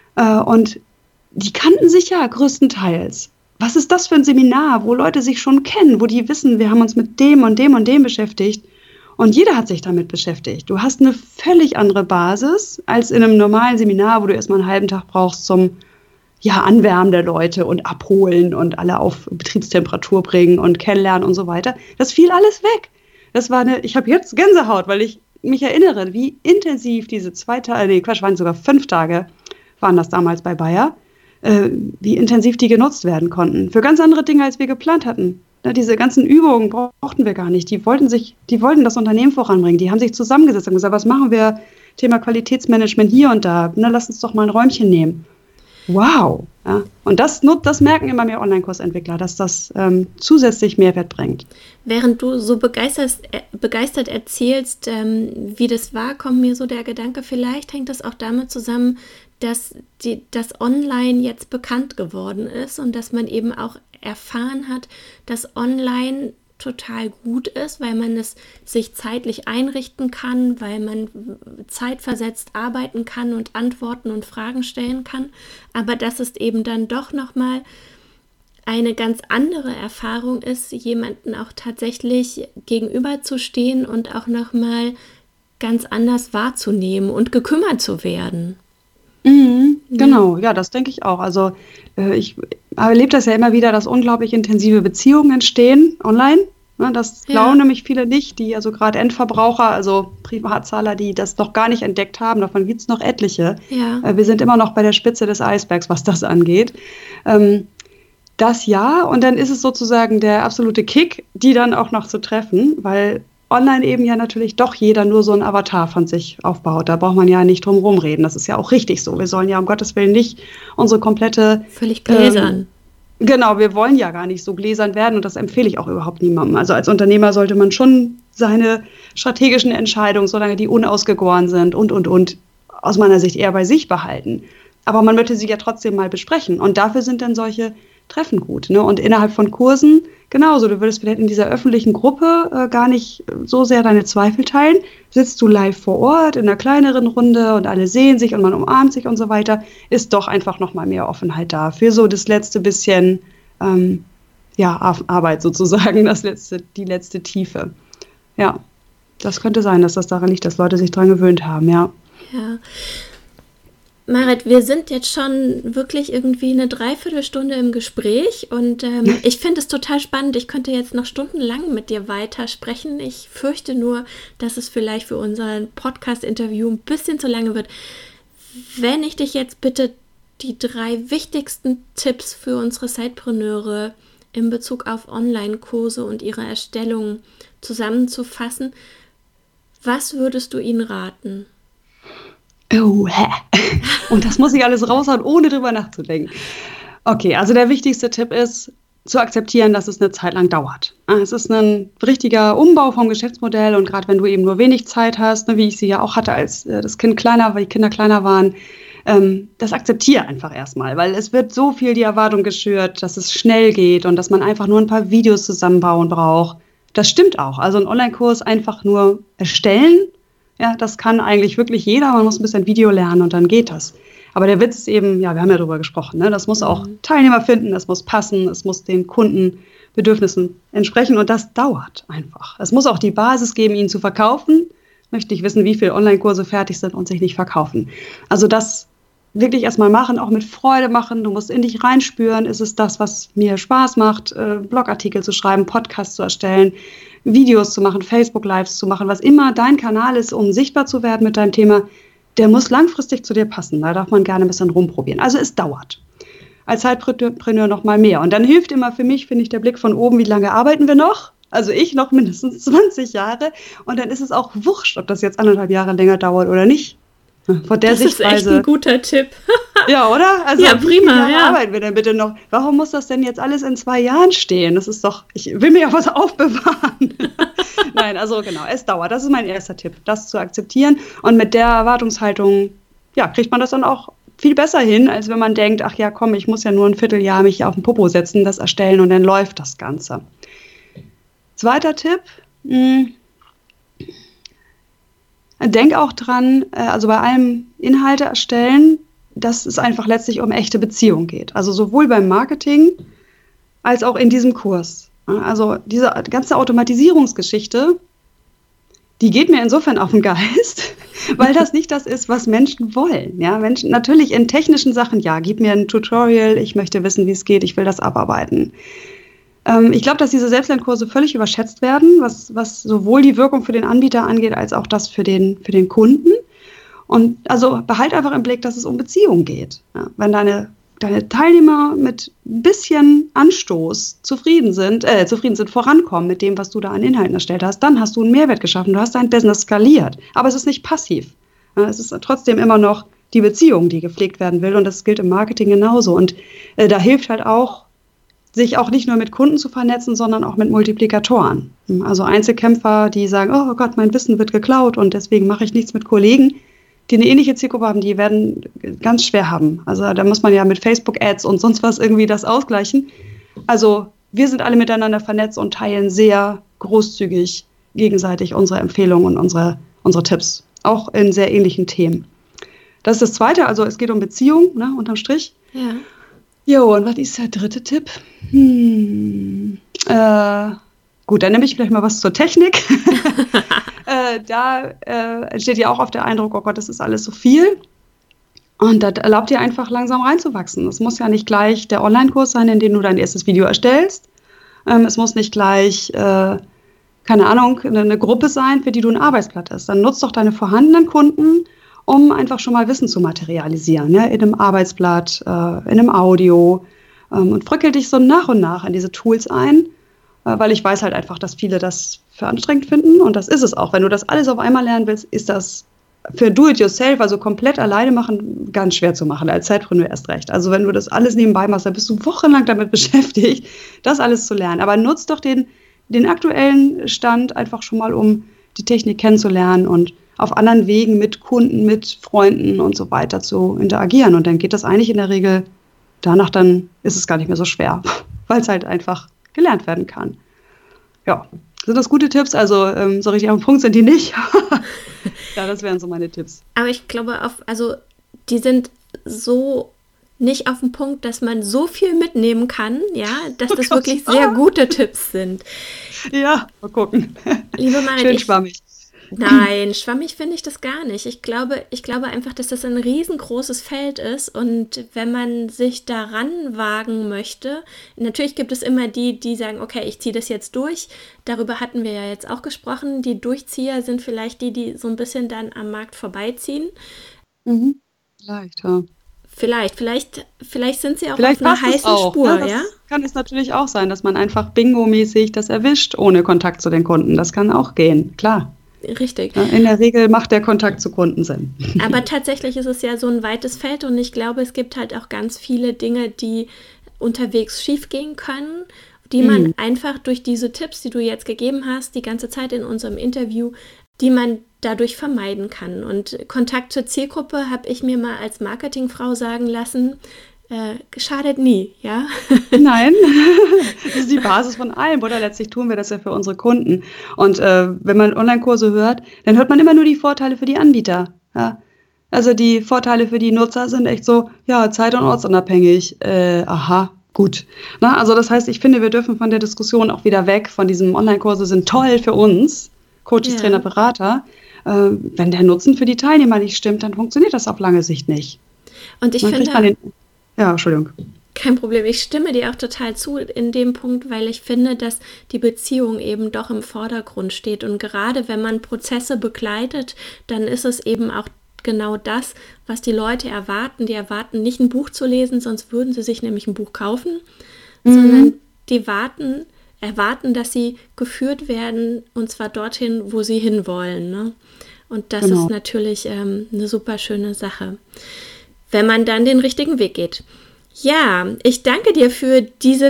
Und die kannten sich ja größtenteils. Was ist das für ein Seminar, wo Leute sich schon kennen, wo die wissen, wir haben uns mit dem und dem und dem beschäftigt und jeder hat sich damit beschäftigt. Du hast eine völlig andere Basis als in einem normalen Seminar, wo du erstmal einen halben Tag brauchst zum Anwärmen der Leute und abholen und alle auf Betriebstemperatur bringen und kennenlernen und so weiter. Das fiel alles weg. Ich habe jetzt Gänsehaut, weil ich mich erinnere, wie intensiv diese 2 Tage, waren sogar 5 Tage, waren das damals bei Bayer, wie intensiv die genutzt werden konnten. Für ganz andere Dinge, als wir geplant hatten. Ja, diese ganzen Übungen brauchten wir gar nicht. Die wollten das Unternehmen voranbringen. Die haben sich zusammengesetzt und gesagt, was machen wir? Thema Qualitätsmanagement hier und da. Na, lass uns doch mal ein Räumchen nehmen. Wow. Ja. Und das merken immer mehr Online-Kursentwickler, dass das zusätzlich Mehrwert bringt. Während du so begeistert erzählst, wie das war, kommt mir so der Gedanke, vielleicht hängt das auch damit zusammen, dass das Online jetzt bekannt geworden ist und dass man eben auch erfahren hat, dass Online total gut ist, weil man es sich zeitlich einrichten kann, weil man zeitversetzt arbeiten kann und Antworten und Fragen stellen kann, aber dass es eben dann doch nochmal eine ganz andere Erfahrung ist, jemanden auch tatsächlich gegenüberzustehen und auch nochmal ganz anders wahrzunehmen und gekümmert zu werden. Genau, ja, das denke ich auch. Also ich erlebe das ja immer wieder, dass unglaublich intensive Beziehungen entstehen online. Ne, das glauben nämlich viele nicht, die also gerade Endverbraucher, also Privatzahler, die das noch gar nicht entdeckt haben. Davon gibt es noch etliche. Ja. Wir sind immer noch bei der Spitze des Eisbergs, was das angeht. Das ja, und dann ist es sozusagen der absolute Kick, die dann auch noch zu treffen, weil online eben ja natürlich doch jeder nur so einen Avatar von sich aufbaut. Da braucht man ja nicht drum rumreden. Das ist ja auch richtig so. Wir sollen ja um Gottes Willen nicht unsere komplette... Völlig gläsern. Genau, wir wollen ja gar nicht so gläsern werden und das empfehle ich auch überhaupt niemandem. Also als Unternehmer sollte man schon seine strategischen Entscheidungen, solange die unausgegoren sind und aus meiner Sicht eher bei sich behalten. Aber man möchte sie ja trotzdem mal besprechen und dafür sind dann solche Treffen gut. Ne? Und innerhalb von Kursen genauso. Du würdest vielleicht in dieser öffentlichen Gruppe gar nicht so sehr deine Zweifel teilen. Sitzt du live vor Ort in einer kleineren Runde und alle sehen sich und man umarmt sich und so weiter, ist doch einfach noch mal mehr Offenheit da für so das letzte bisschen Arbeit sozusagen, die letzte Tiefe. Ja, das könnte sein, dass das daran liegt, dass Leute sich daran gewöhnt haben, ja. Ja. Marit, wir sind jetzt schon wirklich irgendwie eine Dreiviertelstunde im Gespräch und ich finde es total spannend. Ich könnte jetzt noch stundenlang mit dir weitersprechen. Ich fürchte nur, dass es vielleicht für unser Podcast-Interview ein bisschen zu lange wird. Wenn ich dich jetzt bitte die 3 wichtigsten Tipps für unsere Sidepreneure in Bezug auf Online-Kurse und ihre Erstellung zusammenzufassen, was würdest du ihnen raten? Oh, und das muss ich alles raushauen, ohne drüber nachzudenken. Okay, also der wichtigste Tipp ist, zu akzeptieren, dass es eine Zeit lang dauert. Es ist ein richtiger Umbau vom Geschäftsmodell und gerade wenn du eben nur wenig Zeit hast, wie ich sie ja auch hatte, als das Kind kleiner, weil die Kinder kleiner waren, das akzeptiere einfach erstmal, weil es wird so viel die Erwartung geschürt, dass es schnell geht und dass man einfach nur ein paar Videos zusammenbauen braucht. Das stimmt auch. Also einen Online-Kurs einfach nur erstellen, ja, das kann eigentlich wirklich jeder. Man muss ein bisschen Video lernen und dann geht das. Aber der Witz ist eben, ja, wir haben ja darüber gesprochen, ne? Das muss auch Teilnehmer finden, das muss passen, es muss den Kundenbedürfnissen entsprechen und das dauert einfach. Es muss auch die Basis geben, ihn zu verkaufen. Ich möchte nicht wissen, wie viele Online-Kurse fertig sind und sich nicht verkaufen. Also das wirklich erstmal machen, auch mit Freude machen. Du musst in dich reinspüren, ist es das, was mir Spaß macht, Blogartikel zu schreiben, Podcasts zu erstellen, Videos zu machen, Facebook-Lives zu machen, was immer dein Kanal ist, um sichtbar zu werden mit deinem Thema, der muss langfristig zu dir passen. Da darf man gerne ein bisschen rumprobieren. Also es dauert. Als Zeitpreneur noch mal mehr. Und dann hilft immer für mich, finde ich, der Blick von oben, wie lange arbeiten wir noch? Also ich noch mindestens 20 Jahre. Und dann ist es auch wurscht, ob das jetzt 1,5 Jahre länger dauert oder nicht. Von der das Sichtweise, ist echt ein guter Tipp. Ja, oder? Also ja, prima. Wie arbeiten wir denn bitte noch? Warum muss das denn jetzt alles in 2 Jahren stehen? Das ist doch, ich will mir ja was aufbewahren. Nein, also genau, es dauert. Das ist mein erster Tipp, das zu akzeptieren. Und mit der Erwartungshaltung, ja, kriegt man das dann auch viel besser hin, als wenn man denkt, ach ja, komm, ich muss ja nur ein Vierteljahr mich auf den Popo setzen, das erstellen und dann läuft das Ganze. Zweiter Tipp, denk auch dran, also bei allem Inhalte erstellen, dass es einfach letztlich um echte Beziehungen geht. Also sowohl beim Marketing als auch in diesem Kurs. Also diese ganze Automatisierungsgeschichte, die geht mir insofern auf den Geist, weil das nicht das ist, was Menschen wollen. Ja, Menschen natürlich in technischen Sachen, ja, gib mir ein Tutorial, ich möchte wissen, wie es geht, ich will das abarbeiten. Ich glaube, dass diese Selbstlernkurse völlig überschätzt werden, was sowohl die Wirkung für den Anbieter angeht, als auch das für den Kunden. Und also behalt einfach im Blick, dass es um Beziehungen geht. Ja, wenn deine Teilnehmer mit ein bisschen Anstoß zufrieden sind, vorankommen mit dem, was du da an Inhalten erstellt hast, dann hast du einen Mehrwert geschaffen, du hast dein Business skaliert. Aber es ist nicht passiv. Ja, es ist trotzdem immer noch die Beziehung, die gepflegt werden will und das gilt im Marketing genauso. Und da hilft halt auch, sich auch nicht nur mit Kunden zu vernetzen, sondern auch mit Multiplikatoren. Also Einzelkämpfer, die sagen, oh Gott, mein Wissen wird geklaut und deswegen mache ich nichts mit Kollegen, die eine ähnliche Zielgruppe haben, die werden ganz schwer haben. Also da muss man ja mit Facebook-Ads und sonst was irgendwie das ausgleichen. Also wir sind alle miteinander vernetzt und teilen sehr großzügig gegenseitig unsere Empfehlungen und unsere Tipps, auch in sehr ähnlichen Themen. Das ist das Zweite, also es geht um Beziehung, ne, unterm Strich. Ja. Jo, und was ist der dritte Tipp? Gut, dann nehme ich vielleicht mal was zur Technik. Da entsteht ja auch oft der Eindruck, oh Gott, das ist alles so viel. Und das erlaubt dir einfach langsam reinzuwachsen. Es muss ja nicht gleich der Online-Kurs sein, in dem du dein erstes Video erstellst. Es muss nicht gleich, keine Ahnung, eine Gruppe sein, für die du ein Arbeitsblatt hast. Dann nutzt doch deine vorhandenen Kunden, um einfach schon mal Wissen zu materialisieren. Ja? In einem Arbeitsblatt, in einem Audio, und bröckel dich so nach und nach in diese Tools ein, weil ich weiß halt einfach, dass viele das für anstrengend finden und das ist es auch. Wenn du das alles auf einmal lernen willst, ist das für Do-it-yourself, also komplett alleine machen, ganz schwer zu machen, als Zeitpreneur erst recht. Also wenn du das alles nebenbei machst, dann bist du wochenlang damit beschäftigt, das alles zu lernen. Aber nutzt doch den aktuellen Stand einfach schon mal, um die Technik kennenzulernen und auf anderen Wegen mit Kunden, mit Freunden und so weiter zu interagieren. Und dann geht das eigentlich in der Regel danach, dann ist es gar nicht mehr so schwer, weil es halt einfach gelernt werden kann. Ja, sind das gute Tipps? Also so richtig auf den Punkt sind die nicht. Ja, das wären so meine Tipps. Aber ich glaube, die sind so nicht auf den Punkt, dass man so viel mitnehmen kann, ja, dass das wirklich sehr gute Tipps sind. Ja, mal gucken. Liebe Marit, schön schwammig. Nein, schwammig finde ich das gar nicht. Ich glaube einfach, dass das ein riesengroßes Feld ist und wenn man sich daran wagen möchte, natürlich gibt es immer die sagen, okay, ich ziehe das jetzt durch. Darüber hatten wir ja jetzt auch gesprochen. Die Durchzieher sind vielleicht die so ein bisschen dann am Markt vorbeiziehen. Mhm. Vielleicht, ja. Vielleicht sind sie auch Vielleicht auf einer heißen auch, Spur, ne? ja? Kann es natürlich auch sein, dass man einfach bingo-mäßig das erwischt, ohne Kontakt zu den Kunden. Das kann auch gehen, klar. Richtig. Ja, in der Regel macht der Kontakt zu Kunden Sinn. Aber tatsächlich ist es ja so ein weites Feld und ich glaube, es gibt halt auch ganz viele Dinge, die unterwegs schiefgehen können, die man einfach durch diese Tipps, die du jetzt gegeben hast, die ganze Zeit in unserem Interview, die man dadurch vermeiden kann. Und Kontakt zur Zielgruppe habe ich mir mal als Marketingfrau sagen lassen, schadet nie, ja? Nein, das ist die Basis von allem, oder? Letztlich tun wir das ja für unsere Kunden. Und wenn man Online-Kurse hört, dann hört man immer nur die Vorteile für die Anbieter. Ja? Also die Vorteile für die Nutzer sind echt so, ja, zeit- und ortsunabhängig. Aha, gut. Na, also das heißt, ich finde, wir dürfen von der Diskussion auch wieder weg, von diesem Online-Kurse sind toll für uns, Coaches, Trainer, Berater. Wenn der Nutzen für die Teilnehmer nicht stimmt, dann funktioniert das auf lange Sicht nicht. Und ich finde... Ja, Entschuldigung. Kein Problem, ich stimme dir auch total zu in dem Punkt, weil ich finde, dass die Beziehung eben doch im Vordergrund steht. Und gerade wenn man Prozesse begleitet, dann ist es eben auch genau das, was die Leute erwarten. Die erwarten nicht ein Buch zu lesen, sonst würden sie sich nämlich ein Buch kaufen, sondern die erwarten, dass sie geführt werden und zwar dorthin, wo sie hinwollen. Ne? Und das ist natürlich eine super schöne Sache, wenn man dann den richtigen Weg geht. Ja, ich danke dir für diese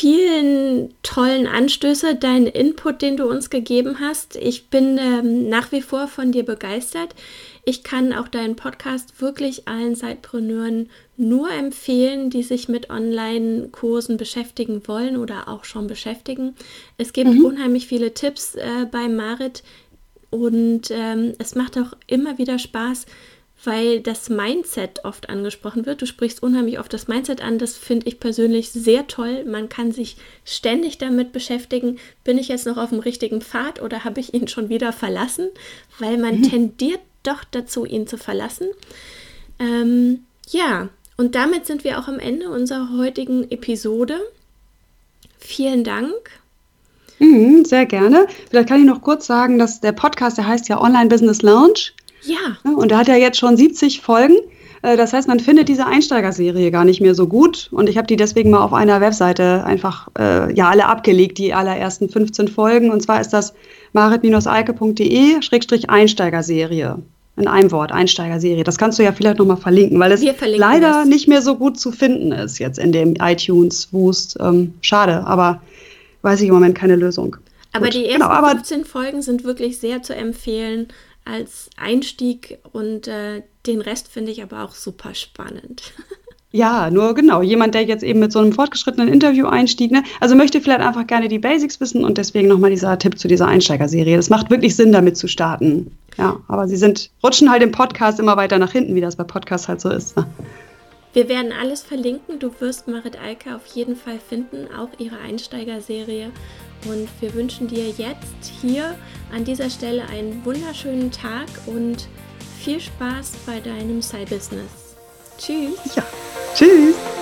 vielen tollen Anstöße, deinen Input, den du uns gegeben hast. Ich bin nach wie vor von dir begeistert. Ich kann auch deinen Podcast wirklich allen Zeitpreneuren nur empfehlen, die sich mit Online-Kursen beschäftigen wollen oder auch schon beschäftigen. Es gibt unheimlich viele Tipps bei Marit und es macht auch immer wieder Spaß, weil das Mindset oft angesprochen wird. Du sprichst unheimlich oft das Mindset an. Das finde ich persönlich sehr toll. Man kann sich ständig damit beschäftigen. Bin ich jetzt noch auf dem richtigen Pfad oder habe ich ihn schon wieder verlassen? Weil man tendiert doch dazu, ihn zu verlassen. Ja, und damit sind wir auch am Ende unserer heutigen Episode. Vielen Dank. Sehr gerne. Vielleicht kann ich noch kurz sagen, dass der Podcast, der heißt ja Online Business Lounge. Ja. Und der hat ja jetzt schon 70 Folgen. Das heißt, man findet diese Einsteigerserie gar nicht mehr so gut. Und ich habe die deswegen mal auf einer Webseite einfach alle abgelegt, die allerersten 15 Folgen. Und zwar ist das marit-eike.de/Einsteigerserie. In einem Wort, Einsteigerserie. Das kannst du ja vielleicht nochmal verlinken, weil es leider nicht mehr so gut zu finden ist jetzt in dem iTunes-Wust. Schade, aber weiß ich im Moment keine Lösung. Aber gut, die ersten 15 Folgen sind wirklich sehr zu empfehlen als Einstieg und den Rest finde ich aber auch super spannend. Ja, nur genau, jemand, der jetzt eben mit so einem fortgeschrittenen Interview einstieg, ne? Also möchte vielleicht einfach gerne die Basics wissen und deswegen nochmal dieser Tipp zu dieser Einsteigerserie. Das macht wirklich Sinn, damit zu starten. Ja, aber sie rutschen halt im Podcast immer weiter nach hinten, wie das bei Podcasts halt so ist. Ne? Wir werden alles verlinken. Du wirst Marit Eike auf jeden Fall finden, auch ihre Einsteigerserie. Und wir wünschen dir jetzt hier an dieser Stelle einen wunderschönen Tag und viel Spaß bei deinem Side-Business. Tschüss. Ja, tschüss.